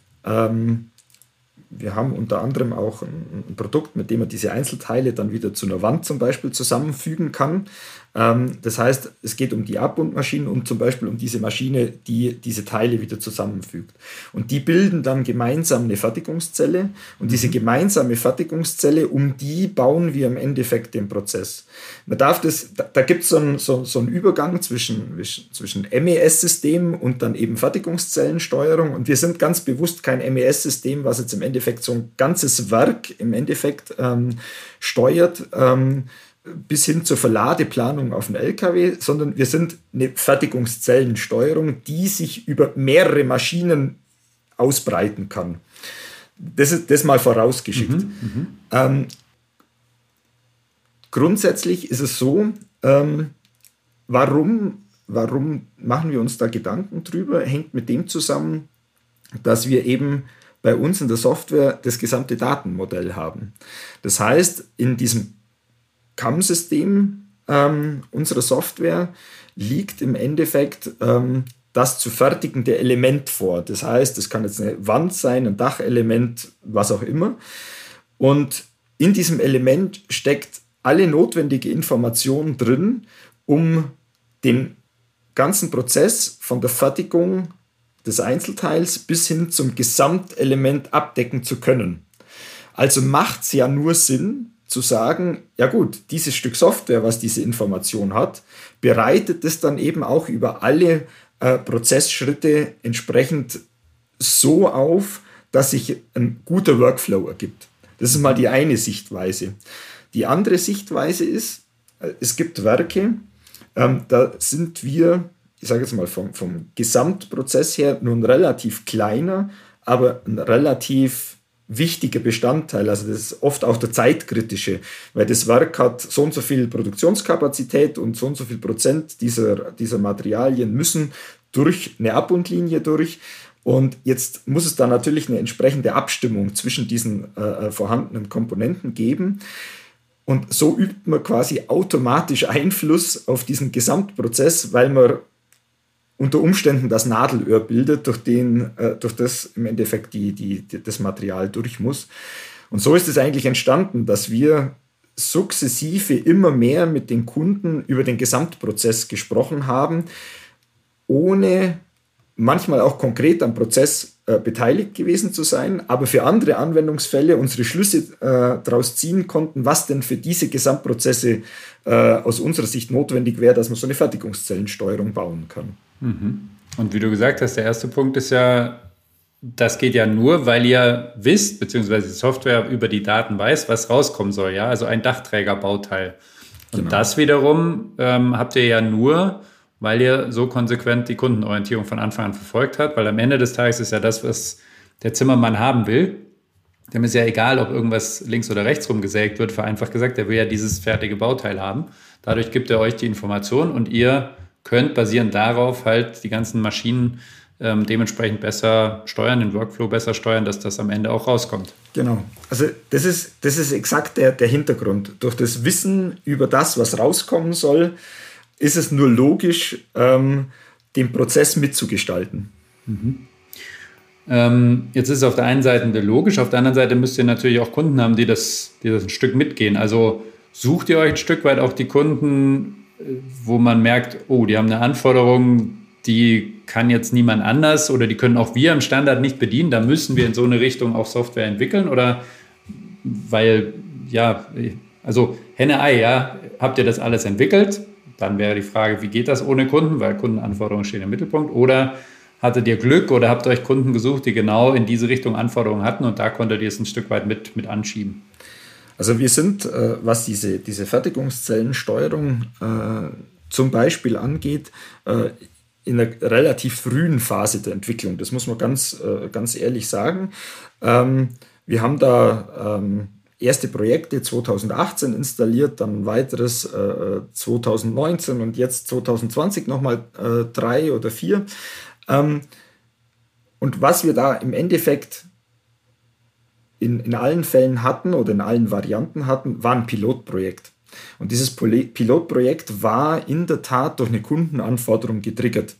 wir haben unter anderem auch ein Produkt, mit dem man diese Einzelteile dann wieder zu einer Wand zum Beispiel zusammenfügen kann. Das heißt, es geht um die Abbundmaschinen und zum Beispiel um diese Maschine, die diese Teile wieder zusammenfügt. Und die bilden dann gemeinsam eine Fertigungszelle. Und diese gemeinsame Fertigungszelle, um die bauen wir im Endeffekt den Prozess. Da gibt es so einen Übergang zwischen MES-System und dann eben Fertigungszellensteuerung. Und wir sind ganz bewusst kein MES-System, was jetzt im Endeffekt so ein ganzes Werk im Endeffekt steuert, bis hin zur Verladeplanung auf den LKW, sondern wir sind eine Fertigungszellensteuerung, die sich über mehrere Maschinen ausbreiten kann. Das ist das mal vorausgeschickt. Grundsätzlich ist es so, warum machen wir uns da Gedanken drüber, hängt mit dem zusammen, dass wir eben bei uns in der Software das gesamte Datenmodell haben. Das heißt, in diesem CAM-System unserer Software liegt im Endeffekt das zu fertigende Element vor. Das heißt, es kann jetzt eine Wand sein, ein Dachelement, was auch immer. Und in diesem Element steckt alle notwendige Information drin, um den ganzen Prozess von der Fertigung des Einzelteils bis hin zum Gesamtelement abdecken zu können. Also macht es ja nur Sinn, zu sagen, ja gut, dieses Stück Software, was diese Information hat, bereitet es dann eben auch über alle Prozessschritte entsprechend so auf, dass sich ein guter Workflow ergibt. Das ist mal die eine Sichtweise. Die andere Sichtweise ist, es gibt Werke, da sind wir, ich sage jetzt mal vom Gesamtprozess her, nur ein relativ kleiner, aber ein relativ wichtiger Bestandteil. Also das ist oft auch der zeitkritische, weil das Werk hat so und so viel Produktionskapazität und so viel Prozent dieser Materialien müssen durch eine Abbundlinie durch. Und jetzt muss es da natürlich eine entsprechende Abstimmung zwischen diesen vorhandenen Komponenten geben. Und so übt man quasi automatisch Einfluss auf diesen Gesamtprozess, weil man unter Umständen das Nadelöhr bildet, durch das im Endeffekt das Material durch muss. Und so ist es eigentlich entstanden, dass wir sukzessive immer mehr mit den Kunden über den Gesamtprozess gesprochen haben, ohne manchmal auch konkret am Prozess beteiligt gewesen zu sein, aber für andere Anwendungsfälle unsere Schlüsse daraus ziehen konnten, was denn für diese Gesamtprozesse aus unserer Sicht notwendig wäre, dass man so eine Fertigungszellensteuerung bauen kann. Und wie du gesagt hast, der erste Punkt ist ja, das geht ja nur, weil ihr wisst, beziehungsweise die Software über die Daten weiß, was rauskommen soll, ja, also ein Dachträgerbauteil. Und genau. Das wiederum habt ihr ja nur, weil ihr so konsequent die Kundenorientierung von Anfang an verfolgt habt, weil am Ende des Tages ist ja das, was der Zimmermann haben will. Dem ist ja egal, ob irgendwas links oder rechts rumgesägt wird, vereinfacht gesagt, der will ja dieses fertige Bauteil haben. Dadurch gibt er euch die Information und ihr könnt basierend darauf halt die ganzen Maschinen dementsprechend besser steuern, den Workflow besser steuern, dass das am Ende auch rauskommt. Genau. Also das ist exakt der Hintergrund. Durch das Wissen über das, was rauskommen soll, ist es nur logisch, den Prozess mitzugestalten. Jetzt ist es auf der einen Seite logisch, auf der anderen Seite müsst ihr natürlich auch Kunden haben, die das ein Stück mitgehen. Also sucht ihr euch ein Stück weit auch die Kunden, wo man merkt, oh, die haben eine Anforderung, die kann jetzt niemand anders oder die können auch wir im Standard nicht bedienen, da müssen wir in so eine Richtung auch Software entwickeln oder weil, ja, also Henne-Ei, ja, habt ihr das alles entwickelt? Dann wäre die Frage, wie geht das ohne Kunden, weil Kundenanforderungen stehen im Mittelpunkt, oder hattet ihr Glück oder habt euch Kunden gesucht, die genau in diese Richtung Anforderungen hatten und da konntet ihr es ein Stück weit mit anschieben? Also wir sind, was diese Fertigungszellensteuerung zum Beispiel angeht, in einer relativ frühen Phase der Entwicklung. Das muss man ganz ehrlich sagen. Wir haben da erste Projekte 2018 installiert, dann ein weiteres 2019 und jetzt 2020 nochmal 3 oder 4. Und was wir da im Endeffekt in allen Fällen hatten oder in allen Varianten hatten, war ein Pilotprojekt. Und dieses Pilotprojekt war in der Tat durch eine Kundenanforderung getriggert.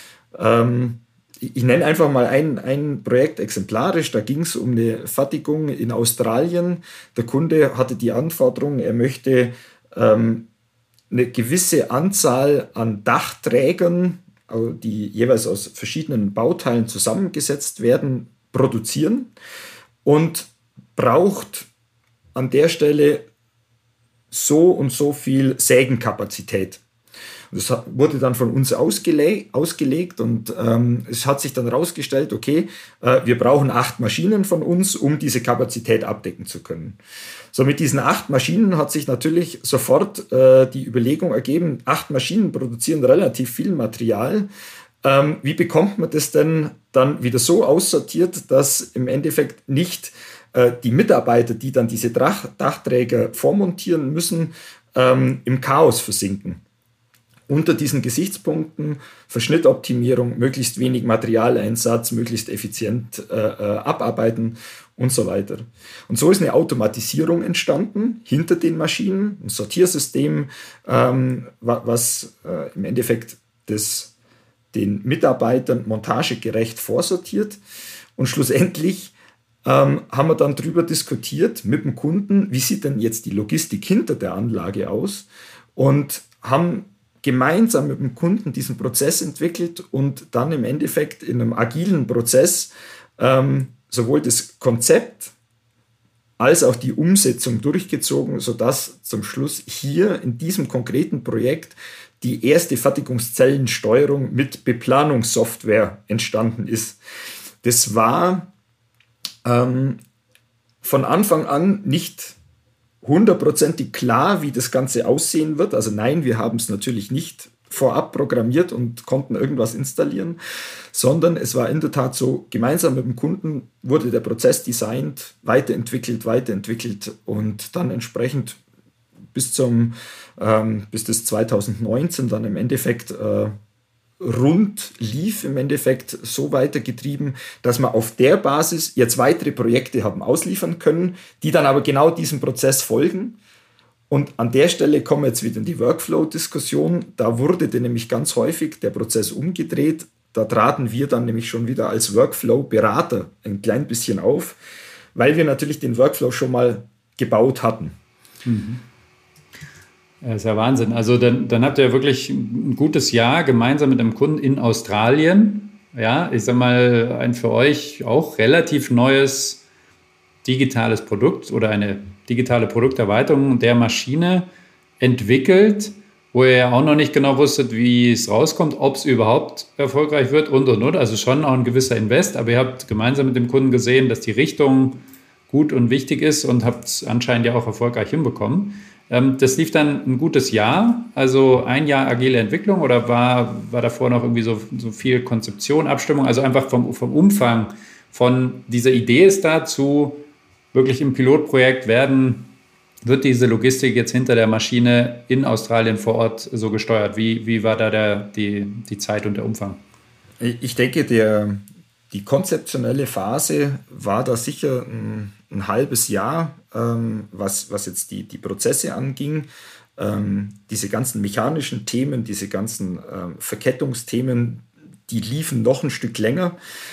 Ich nenne einfach mal ein Projekt exemplarisch. Da ging es um eine Fertigung in Australien. Der Kunde hatte die Anforderung, er möchte eine gewisse Anzahl an Dachträgern, die jeweils aus verschiedenen Bauteilen zusammengesetzt werden, produzieren und braucht an der Stelle so und so viel Sägenkapazität. Das wurde dann von uns ausgelegt und es hat sich dann herausgestellt, okay, wir brauchen 8 Maschinen von uns, um diese Kapazität abdecken zu können. So, mit diesen 8 Maschinen hat sich natürlich sofort die Überlegung ergeben, 8 Maschinen produzieren relativ viel Material. Wie bekommt man das denn dann wieder so aussortiert, dass im Endeffekt nicht die Mitarbeiter, die dann diese Dachträger vormontieren müssen, im Chaos versinken? Unter diesen Gesichtspunkten Verschnittoptimierung, möglichst wenig Materialeinsatz, möglichst effizient abarbeiten und so weiter. Und so ist eine Automatisierung entstanden hinter den Maschinen, ein Sortiersystem, was im Endeffekt den Mitarbeitern montagegerecht vorsortiert. Und schlussendlich haben wir dann darüber diskutiert mit dem Kunden, wie sieht denn jetzt die Logistik hinter der Anlage aus, und haben gemeinsam mit dem Kunden diesen Prozess entwickelt und dann im Endeffekt in einem agilen Prozess sowohl das Konzept als auch die Umsetzung durchgezogen, sodass zum Schluss hier in diesem konkreten Projekt die erste Fertigungszellensteuerung mit Beplanungssoftware entstanden ist. Das war von Anfang an nicht 100%ig klar, wie das Ganze aussehen wird. Also nein, wir haben es natürlich nicht vorab programmiert und konnten irgendwas installieren, sondern es war in der Tat so, gemeinsam mit dem Kunden wurde der Prozess designt, weiterentwickelt und dann entsprechend bis das 2019 dann im Endeffekt rund lief, im Endeffekt so weitergetrieben, dass wir auf der Basis jetzt weitere Projekte haben ausliefern können, die dann aber genau diesem Prozess folgen. Und an der Stelle kommen wir jetzt wieder in die Workflow-Diskussion. Da wurde dann nämlich ganz häufig der Prozess umgedreht. Da traten wir dann nämlich schon wieder als Workflow-Berater ein klein bisschen auf, weil wir natürlich den Workflow schon mal gebaut hatten. Mhm. Das ist ja Wahnsinn. Also dann habt ihr wirklich ein gutes Jahr gemeinsam mit einem Kunden in Australien. Ja, ich sag mal, ein für euch auch relativ neues digitales Produkt oder eine digitale Produkterweiterung der Maschine entwickelt, wo ihr ja auch noch nicht genau wusstet, wie es rauskommt, ob es überhaupt erfolgreich wird und. Also schon auch ein gewisser Invest, aber ihr habt gemeinsam mit dem Kunden gesehen, dass die Richtung gut und wichtig ist und habt es anscheinend ja auch erfolgreich hinbekommen. Das lief dann ein gutes Jahr, also ein Jahr agile Entwicklung, oder war davor noch irgendwie so viel Konzeption, Abstimmung, also einfach vom Umfang von dieser Idee ist da zu wirklich im Pilotprojekt wird diese Logistik jetzt hinter der Maschine in Australien vor Ort so gesteuert? Wie war da die Zeit und der Umfang? Ich denke, die konzeptionelle Phase war da sicher ein halbes Jahr, was jetzt die Prozesse anging. Diese ganzen mechanischen Themen, diese ganzen Verkettungsthemen, die liefen noch ein Stück länger.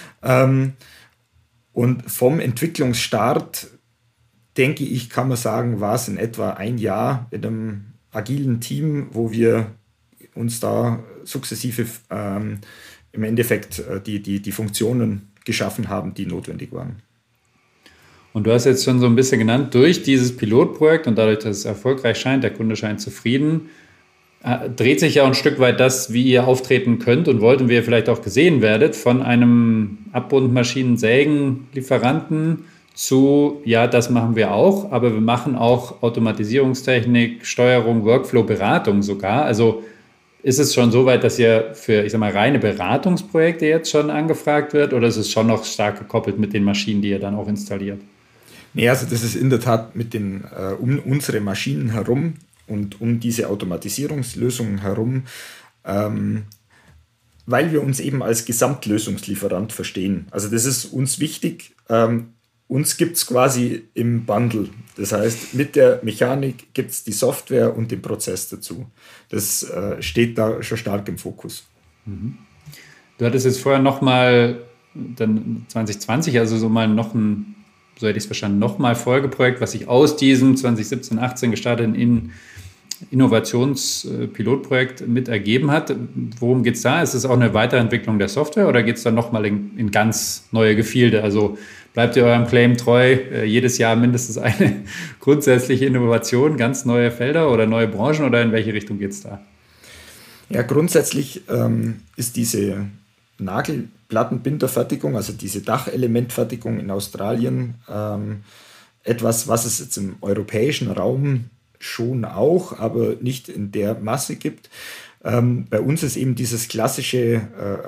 Und vom Entwicklungsstart, denke ich, kann man sagen, war es in etwa ein Jahr in einem agilen Team, wo wir uns da sukzessive im Endeffekt die Funktionen geschaffen haben, die notwendig waren. Und du hast jetzt schon so ein bisschen genannt, durch dieses Pilotprojekt und dadurch, dass es erfolgreich scheint, der Kunde scheint zufrieden, dreht sich ja ein Stück weit das, wie ihr auftreten könnt und wollt und wie ihr vielleicht auch gesehen werdet, von einem Abbundmaschinen-Sägen-Lieferanten zu, ja, das machen wir auch, aber wir machen auch Automatisierungstechnik, Steuerung, Workflow, Beratung sogar. Also ist es schon so weit, dass ihr für, ich sag mal, reine Beratungsprojekte jetzt schon angefragt wird, oder ist es schon noch stark gekoppelt mit den Maschinen, die ihr dann auch installiert? Nee, also das ist in der Tat mit um unsere Maschinen herum und um diese Automatisierungslösungen herum, weil wir uns eben als Gesamtlösungslieferant verstehen. Also das ist uns wichtig. Uns gibt es quasi im Bundle. Das heißt, mit der Mechanik gibt es die Software und den Prozess dazu. Das steht da schon stark im Fokus. Mhm. Du hattest jetzt vorher nochmal, dann 2020, also so mal noch ein, so hätte ich es verstanden, nochmal Folgeprojekt, was sich aus diesem 2017, 18 gestarteten Innovationspilotprojekt mit ergeben hat. Worum geht es da? Ist es auch eine Weiterentwicklung der Software oder geht es dann nochmal in ganz neue Gefilde? Also bleibt ihr eurem Claim treu, jedes Jahr mindestens eine grundsätzliche Innovation, ganz neue Felder oder neue Branchen oder in welche Richtung geht es da? Ja, grundsätzlich ist diese Nagelplattenbinderfertigung, also diese Dachelementfertigung in Australien, etwas, was es jetzt im europäischen Raum schon auch, aber nicht in der Masse gibt. Bei uns ist eben dieser klassische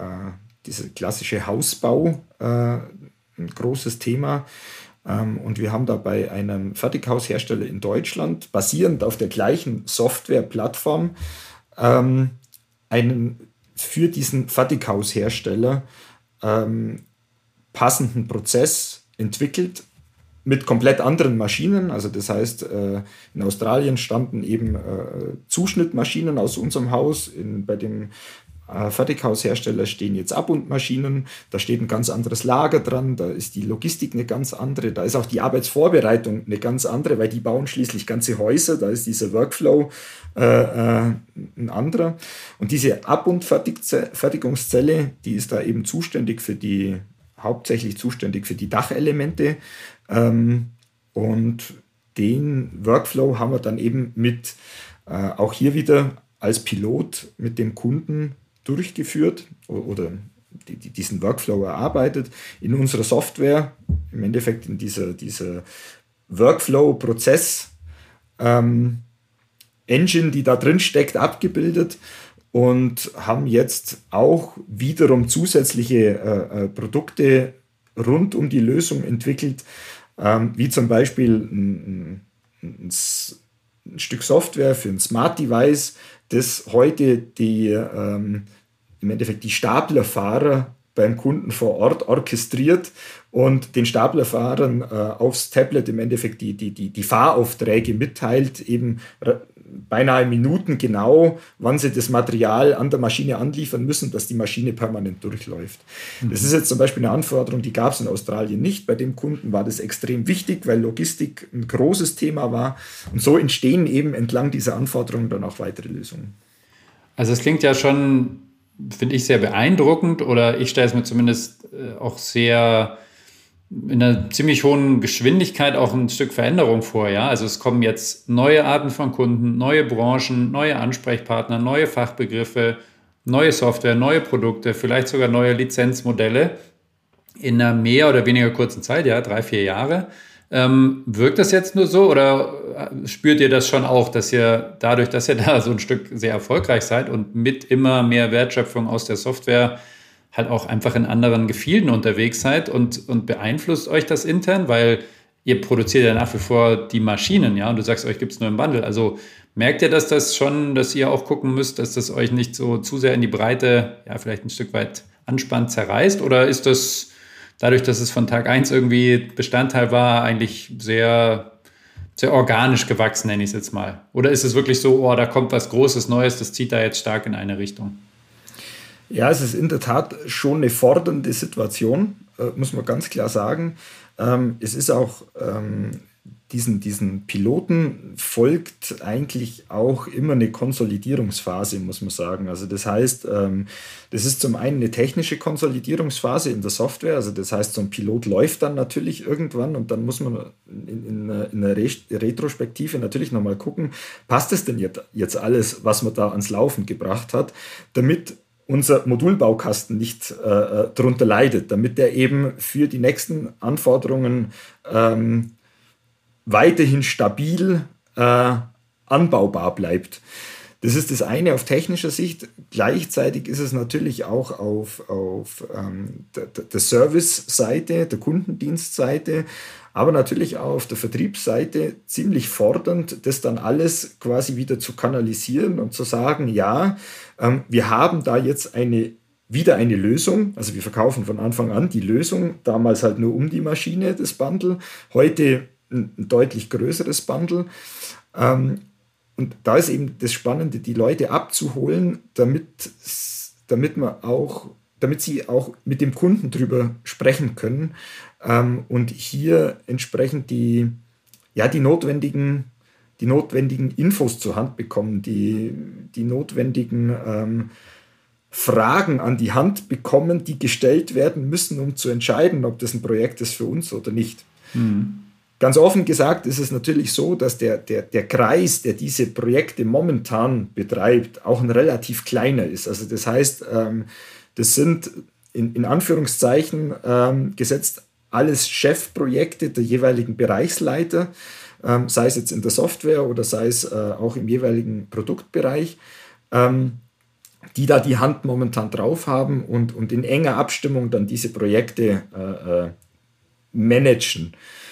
Hausbau ein großes Thema. Und wir haben da bei einem Fertighaushersteller in Deutschland, basierend auf der gleichen Softwareplattform, einen für diesen Fertighaushersteller passenden Prozess entwickelt mit komplett anderen Maschinen. Also das heißt, in Australien standen eben Zuschnittmaschinen aus unserem Haus. Bei dem Fertighaushersteller stehen jetzt Abbundmaschinen. Da steht ein ganz anderes Lager dran. Da ist die Logistik eine ganz andere. Da ist auch die Arbeitsvorbereitung eine ganz andere, weil die bauen schließlich ganze Häuser. Da ist dieser Workflow ein anderer. Und diese Abbundfertigungszelle, die ist da eben hauptsächlich zuständig für die Dachelemente. Und den Workflow haben wir dann eben auch hier wieder als Pilot mit dem Kunden durchgeführt oder diesen Workflow erarbeitet in unserer Software, im Endeffekt in dieser Workflow-Prozess Engine, die da drin steckt, abgebildet und haben jetzt auch wiederum zusätzliche Produkte rund um die Lösung entwickelt, wie zum Beispiel ein Stück Software für ein Smart Device, das heute im Endeffekt die Staplerfahrer beim Kunden vor Ort orchestriert und den Staplerfahrern aufs Tablet im Endeffekt die Fahraufträge mitteilt, eben beinahe Minuten genau, wann sie das Material an der Maschine anliefern müssen, dass die Maschine permanent durchläuft. Das ist jetzt zum Beispiel eine Anforderung, die gab es in Australien nicht. Bei dem Kunden war das extrem wichtig, weil Logistik ein großes Thema war. Und so entstehen eben entlang dieser Anforderungen dann auch weitere Lösungen. Also es klingt ja schon, finde ich, sehr beeindruckend oder ich stelle es mir zumindest auch sehr in einer ziemlich hohen Geschwindigkeit auch ein Stück Veränderung vor. Ja? Also es kommen jetzt neue Arten von Kunden, neue Branchen, neue Ansprechpartner, neue Fachbegriffe, neue Software, neue Produkte, vielleicht sogar neue Lizenzmodelle in einer mehr oder weniger kurzen Zeit, ja, 3-4 Jahre. Wirkt das jetzt nur so oder spürt ihr das schon auch, dass ihr dadurch, dass ihr da so ein Stück sehr erfolgreich seid und mit immer mehr Wertschöpfung aus der Software halt auch einfach in anderen Gefilden unterwegs seid und beeinflusst euch das intern, weil ihr produziert ja nach wie vor die Maschinen, ja, und du sagst, euch gibt es nur im Bundle. Also merkt ihr, dass ihr auch gucken müsst, dass das euch nicht so zu sehr in die Breite, ja, vielleicht ein Stück weit anspannt, zerreißt? Oder ist das dadurch, dass es von Tag 1 irgendwie Bestandteil war, eigentlich sehr, sehr organisch gewachsen, nenne ich es jetzt mal? Oder ist es wirklich so, da kommt was Großes, Neues, das zieht da jetzt stark in eine Richtung? Ja, es ist in der Tat schon eine fordernde Situation, muss man ganz klar sagen. Es ist auch diesen Piloten folgt eigentlich auch immer eine Konsolidierungsphase, muss man sagen. Also das heißt, das ist zum einen eine technische Konsolidierungsphase in der Software. Also das heißt, so ein Pilot läuft dann natürlich irgendwann und dann muss man in einer Retrospektive natürlich nochmal gucken, passt es denn jetzt alles, was man da ans Laufen gebracht hat, damit unser Modulbaukasten nicht darunter leidet, damit der eben für die nächsten Anforderungen weiterhin stabil anbaubar bleibt. Das ist das eine auf technischer Sicht. Gleichzeitig ist es natürlich auch auf der Service-Seite, der Kundendienstseite, aber natürlich auch auf der Vertriebsseite ziemlich fordernd, das dann alles quasi wieder zu kanalisieren und zu sagen, ja, wir haben da jetzt wieder eine Lösung, also wir verkaufen von Anfang an die Lösung, damals halt nur um die Maschine, das Bundle, heute ein deutlich größeres Bundle. Und da ist eben das Spannende, die Leute abzuholen, damit sie auch mit dem Kunden drüber sprechen können und hier entsprechend die notwendigen notwendigen Infos zur Hand bekommen, die notwendigen Fragen an die Hand bekommen, die gestellt werden müssen, um zu entscheiden, ob das ein Projekt ist für uns oder nicht. Ganz offen gesagt ist es natürlich so, dass der Kreis, der diese Projekte momentan betreibt, auch ein relativ kleiner ist. Also das heißt, das sind in Anführungszeichen gesetzt alles Chefprojekte der jeweiligen Bereichsleiter, sei es jetzt in der Software oder sei es auch im jeweiligen Produktbereich, die da die Hand momentan drauf haben und in enger Abstimmung dann diese Projekte managen,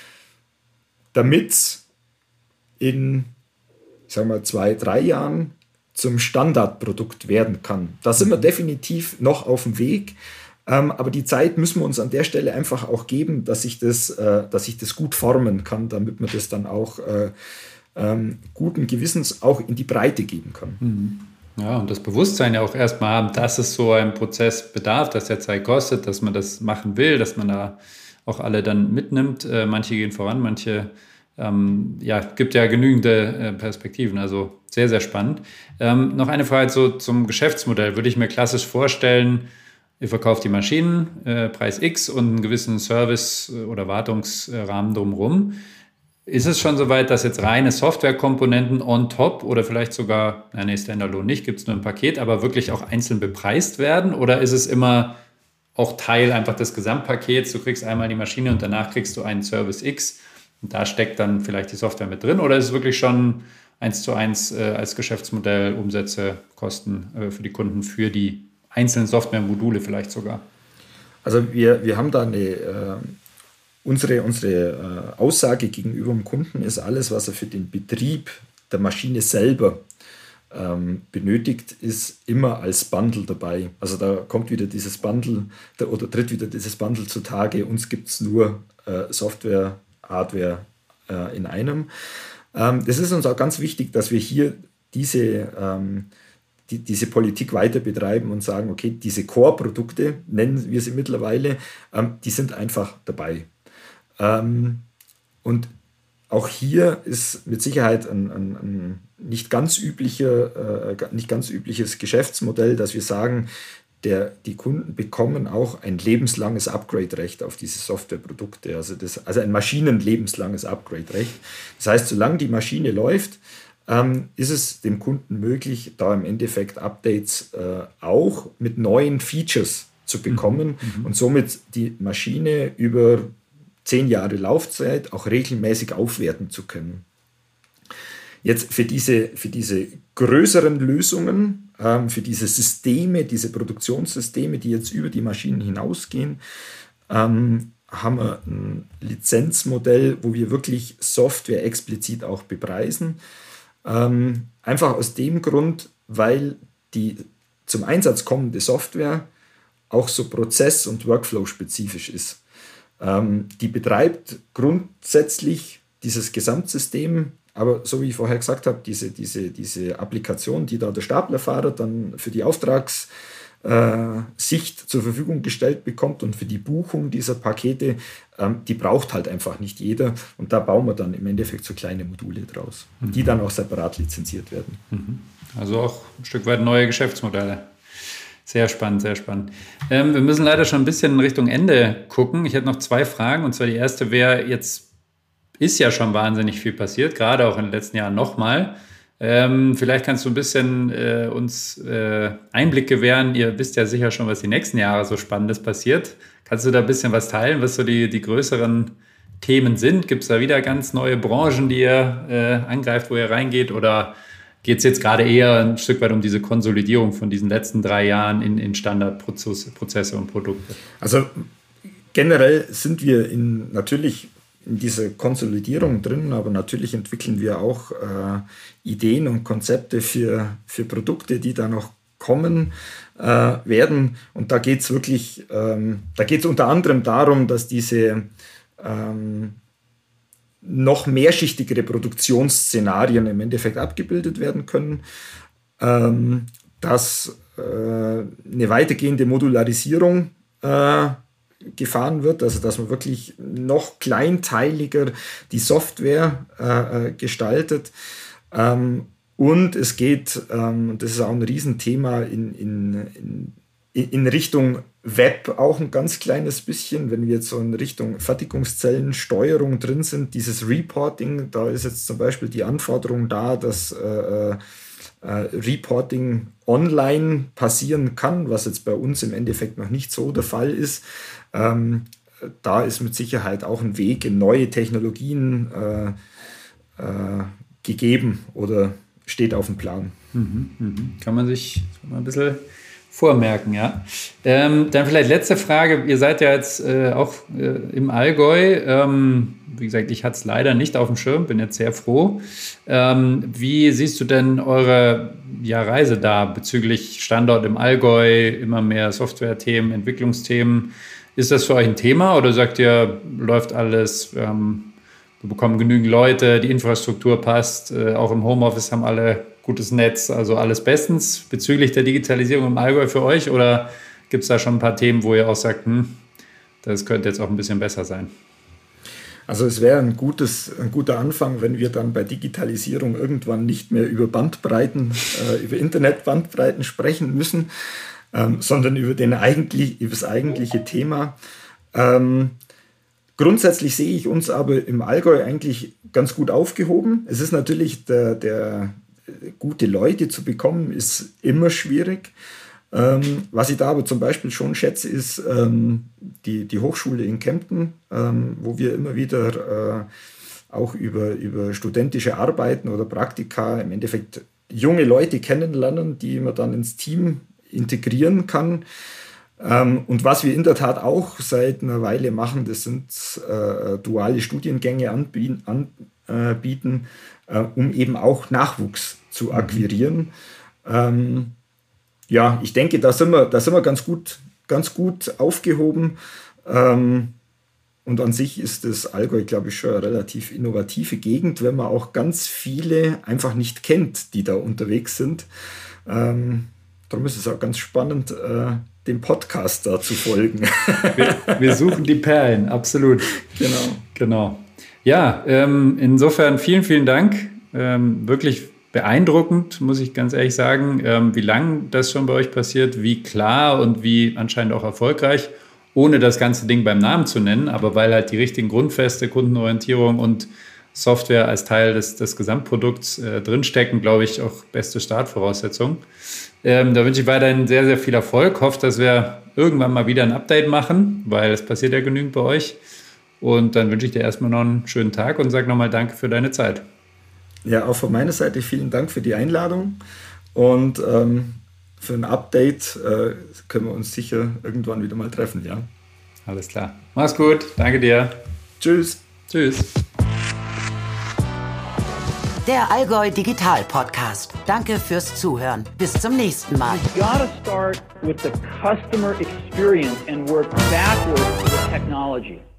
damit in, ich sag mal, 2-3 Jahren zum Standardprodukt werden kann. Da sind wir definitiv noch auf dem Weg, aber die Zeit müssen wir uns an der Stelle einfach auch geben, dass ich das gut formen kann, damit man das dann auch guten Gewissens auch in die Breite geben kann. Ja, und das Bewusstsein ja auch erstmal haben, dass es so ein Prozess bedarf, dass der Zeit kostet, dass man das machen will, dass man da auch alle dann mitnimmt. Manche gehen voran, manche gibt ja genügende Perspektiven, also sehr, sehr spannend. Noch eine Frage so zum Geschäftsmodell. Würde ich mir klassisch vorstellen, ihr verkauft die Maschinen, Preis X und einen gewissen Service- oder Wartungsrahmen drumherum. Ist es schon soweit, dass jetzt reine Softwarekomponenten on top oder vielleicht sogar, Standalone nicht, gibt es nur ein Paket, aber wirklich auch einzeln bepreist werden? Oder ist es immer auch Teil einfach des Gesamtpakets? Du kriegst einmal die Maschine und danach kriegst du einen Service X und da steckt dann vielleicht die Software mit drin? Oder ist es wirklich schon 1:1 als Geschäftsmodell Umsätze, Kosten für die Kunden, für die einzelnen Softwaremodule vielleicht sogar? Also wir haben da unsere Aussage gegenüber dem Kunden ist, alles, was er für den Betrieb der Maschine selber benötigt, ist immer als Bundle dabei. Also da kommt wieder dieses Bundle tritt wieder dieses Bundle zutage. Uns gibt es nur Software, Hardware in einem. Das ist uns auch ganz wichtig, dass wir hier diese Politik weiter betreiben und sagen, okay, diese Core-Produkte, nennen wir sie mittlerweile, die sind einfach dabei. Und auch hier ist mit Sicherheit ein nicht ganz übliches Geschäftsmodell, dass wir sagen, die Kunden bekommen auch ein lebenslanges Upgrade-Recht auf diese Softwareprodukte, also ein maschinenlebenslanges Upgrade-Recht. Das heißt, solange die Maschine läuft, ist es dem Kunden möglich, da im Endeffekt Updates auch mit neuen Features zu bekommen und somit die Maschine über 10 Jahre Laufzeit auch regelmäßig aufwerten zu können. Jetzt für diese größeren Lösungen, für diese Systeme, diese Produktionssysteme, die jetzt über die Maschinen hinausgehen, haben wir ein Lizenzmodell, wo wir wirklich Software explizit auch bepreisen. Einfach aus dem Grund, weil die zum Einsatz kommende Software auch so prozess- und workflow-spezifisch ist. Die betreibt grundsätzlich dieses Gesamtsystem, aber so wie ich vorher gesagt habe, diese Applikation, die da der Staplerfahrer dann für die Auftragssicht zur Verfügung gestellt bekommt und für die Buchung dieser Pakete, die braucht halt einfach nicht jeder. Und da bauen wir dann im Endeffekt so kleine Module draus, die dann auch separat lizenziert werden. Also auch ein Stück weit neue Geschäftsmodelle. Sehr spannend, sehr spannend. Wir müssen leider schon ein bisschen in Richtung Ende gucken. Ich hätte noch 2 Fragen. Und zwar die erste wäre, jetzt ist ja schon wahnsinnig viel passiert, gerade auch in den letzten Jahren nochmal. Vielleicht kannst du ein bisschen uns Einblick gewähren. Ihr wisst ja sicher schon, was die nächsten Jahre so Spannendes passiert. Kannst du da ein bisschen was teilen, was so die größeren Themen sind? Gibt es da wieder ganz neue Branchen, die ihr angreift, wo ihr reingeht? Oder geht es jetzt gerade eher ein Stück weit um diese Konsolidierung von diesen letzten 3 Jahren in Standardprozesse und Produkte? Also generell sind wir natürlich in dieser Konsolidierung drin, aber natürlich entwickeln wir auch Ideen und Konzepte für Produkte, die da noch kommen werden. Und da geht es wirklich, unter anderem darum, dass diese noch mehrschichtigere Produktionsszenarien im Endeffekt abgebildet werden können, dass eine weitergehende Modularisierung gefahren wird, also dass man wirklich noch kleinteiliger die Software gestaltet. Und es geht, das ist auch ein Riesenthema, in Richtung Web auch ein ganz kleines bisschen, wenn wir jetzt so in Richtung Fertigungszellensteuerung drin sind, dieses Reporting, da ist jetzt zum Beispiel die Anforderung da, dass Reporting online passieren kann, was jetzt bei uns im Endeffekt noch nicht so der Fall ist. Da ist mit Sicherheit auch ein Weg in neue Technologien gegeben oder steht auf dem Plan. Kann man sich mal ein bisschen vormerken, ja. Dann vielleicht letzte Frage. Ihr seid ja jetzt auch im Allgäu. Wie gesagt, ich hatte es leider nicht auf dem Schirm, bin jetzt sehr froh. Wie siehst du denn eure Reise da bezüglich Standort im Allgäu, immer mehr Software-Themen, Entwicklungsthemen? Ist das für euch ein Thema oder sagt ihr, läuft alles, wir bekommen genügend Leute, die Infrastruktur passt, auch im Homeoffice haben alle gutes Netz, also alles bestens bezüglich der Digitalisierung im Allgäu für euch? Oder gibt es da schon ein paar Themen, wo ihr auch sagt, das könnte jetzt auch ein bisschen besser sein? Also es wäre ein guter Anfang, wenn wir dann bei Digitalisierung irgendwann nicht mehr über Bandbreiten, über Internetbandbreiten sprechen müssen, sondern über das eigentliche Thema. Grundsätzlich sehe ich uns aber im Allgäu eigentlich ganz gut aufgehoben. Es ist natürlich gute Leute zu bekommen, ist immer schwierig. Was ich da aber zum Beispiel schon schätze, ist die Hochschule in Kempten, wo wir immer wieder auch über studentische Arbeiten oder Praktika im Endeffekt junge Leute kennenlernen, die man dann ins Team integrieren kann. Und was wir in der Tat auch seit einer Weile machen, das sind duale Studiengänge anbieten, um eben auch Nachwuchs zu akquirieren. Ich denke, da sind wir ganz gut aufgehoben. Und an sich ist das Allgäu, glaube ich, schon eine relativ innovative Gegend, wenn man auch ganz viele einfach nicht kennt, die da unterwegs sind. Darum ist es auch ganz spannend, dem Podcast da zu folgen. Wir suchen die Perlen, absolut. Genau. Ja, insofern vielen, vielen Dank. Wirklich beeindruckend, muss ich ganz ehrlich sagen, wie lang das schon bei euch passiert, wie klar und wie anscheinend auch erfolgreich, ohne das ganze Ding beim Namen zu nennen, aber weil halt die richtigen Grundfeste, Kundenorientierung und Software als Teil des Gesamtprodukts drinstecken, glaube ich, auch beste Startvoraussetzung. Da wünsche ich weiterhin sehr, sehr viel Erfolg. Hoffe, dass wir irgendwann mal wieder ein Update machen, weil es passiert ja genügend bei euch. Und dann wünsche ich dir erstmal noch einen schönen Tag und sage nochmal Danke für deine Zeit. Ja, auch von meiner Seite vielen Dank für die Einladung. Und für ein Update können wir uns sicher irgendwann wieder mal treffen. Ja? Alles klar. Mach's gut. Danke dir. Tschüss. Tschüss. Der Allgäu Digital Podcast. Danke fürs Zuhören. Bis zum nächsten Mal. You've got to start with the customer experience and work backwards to the technology.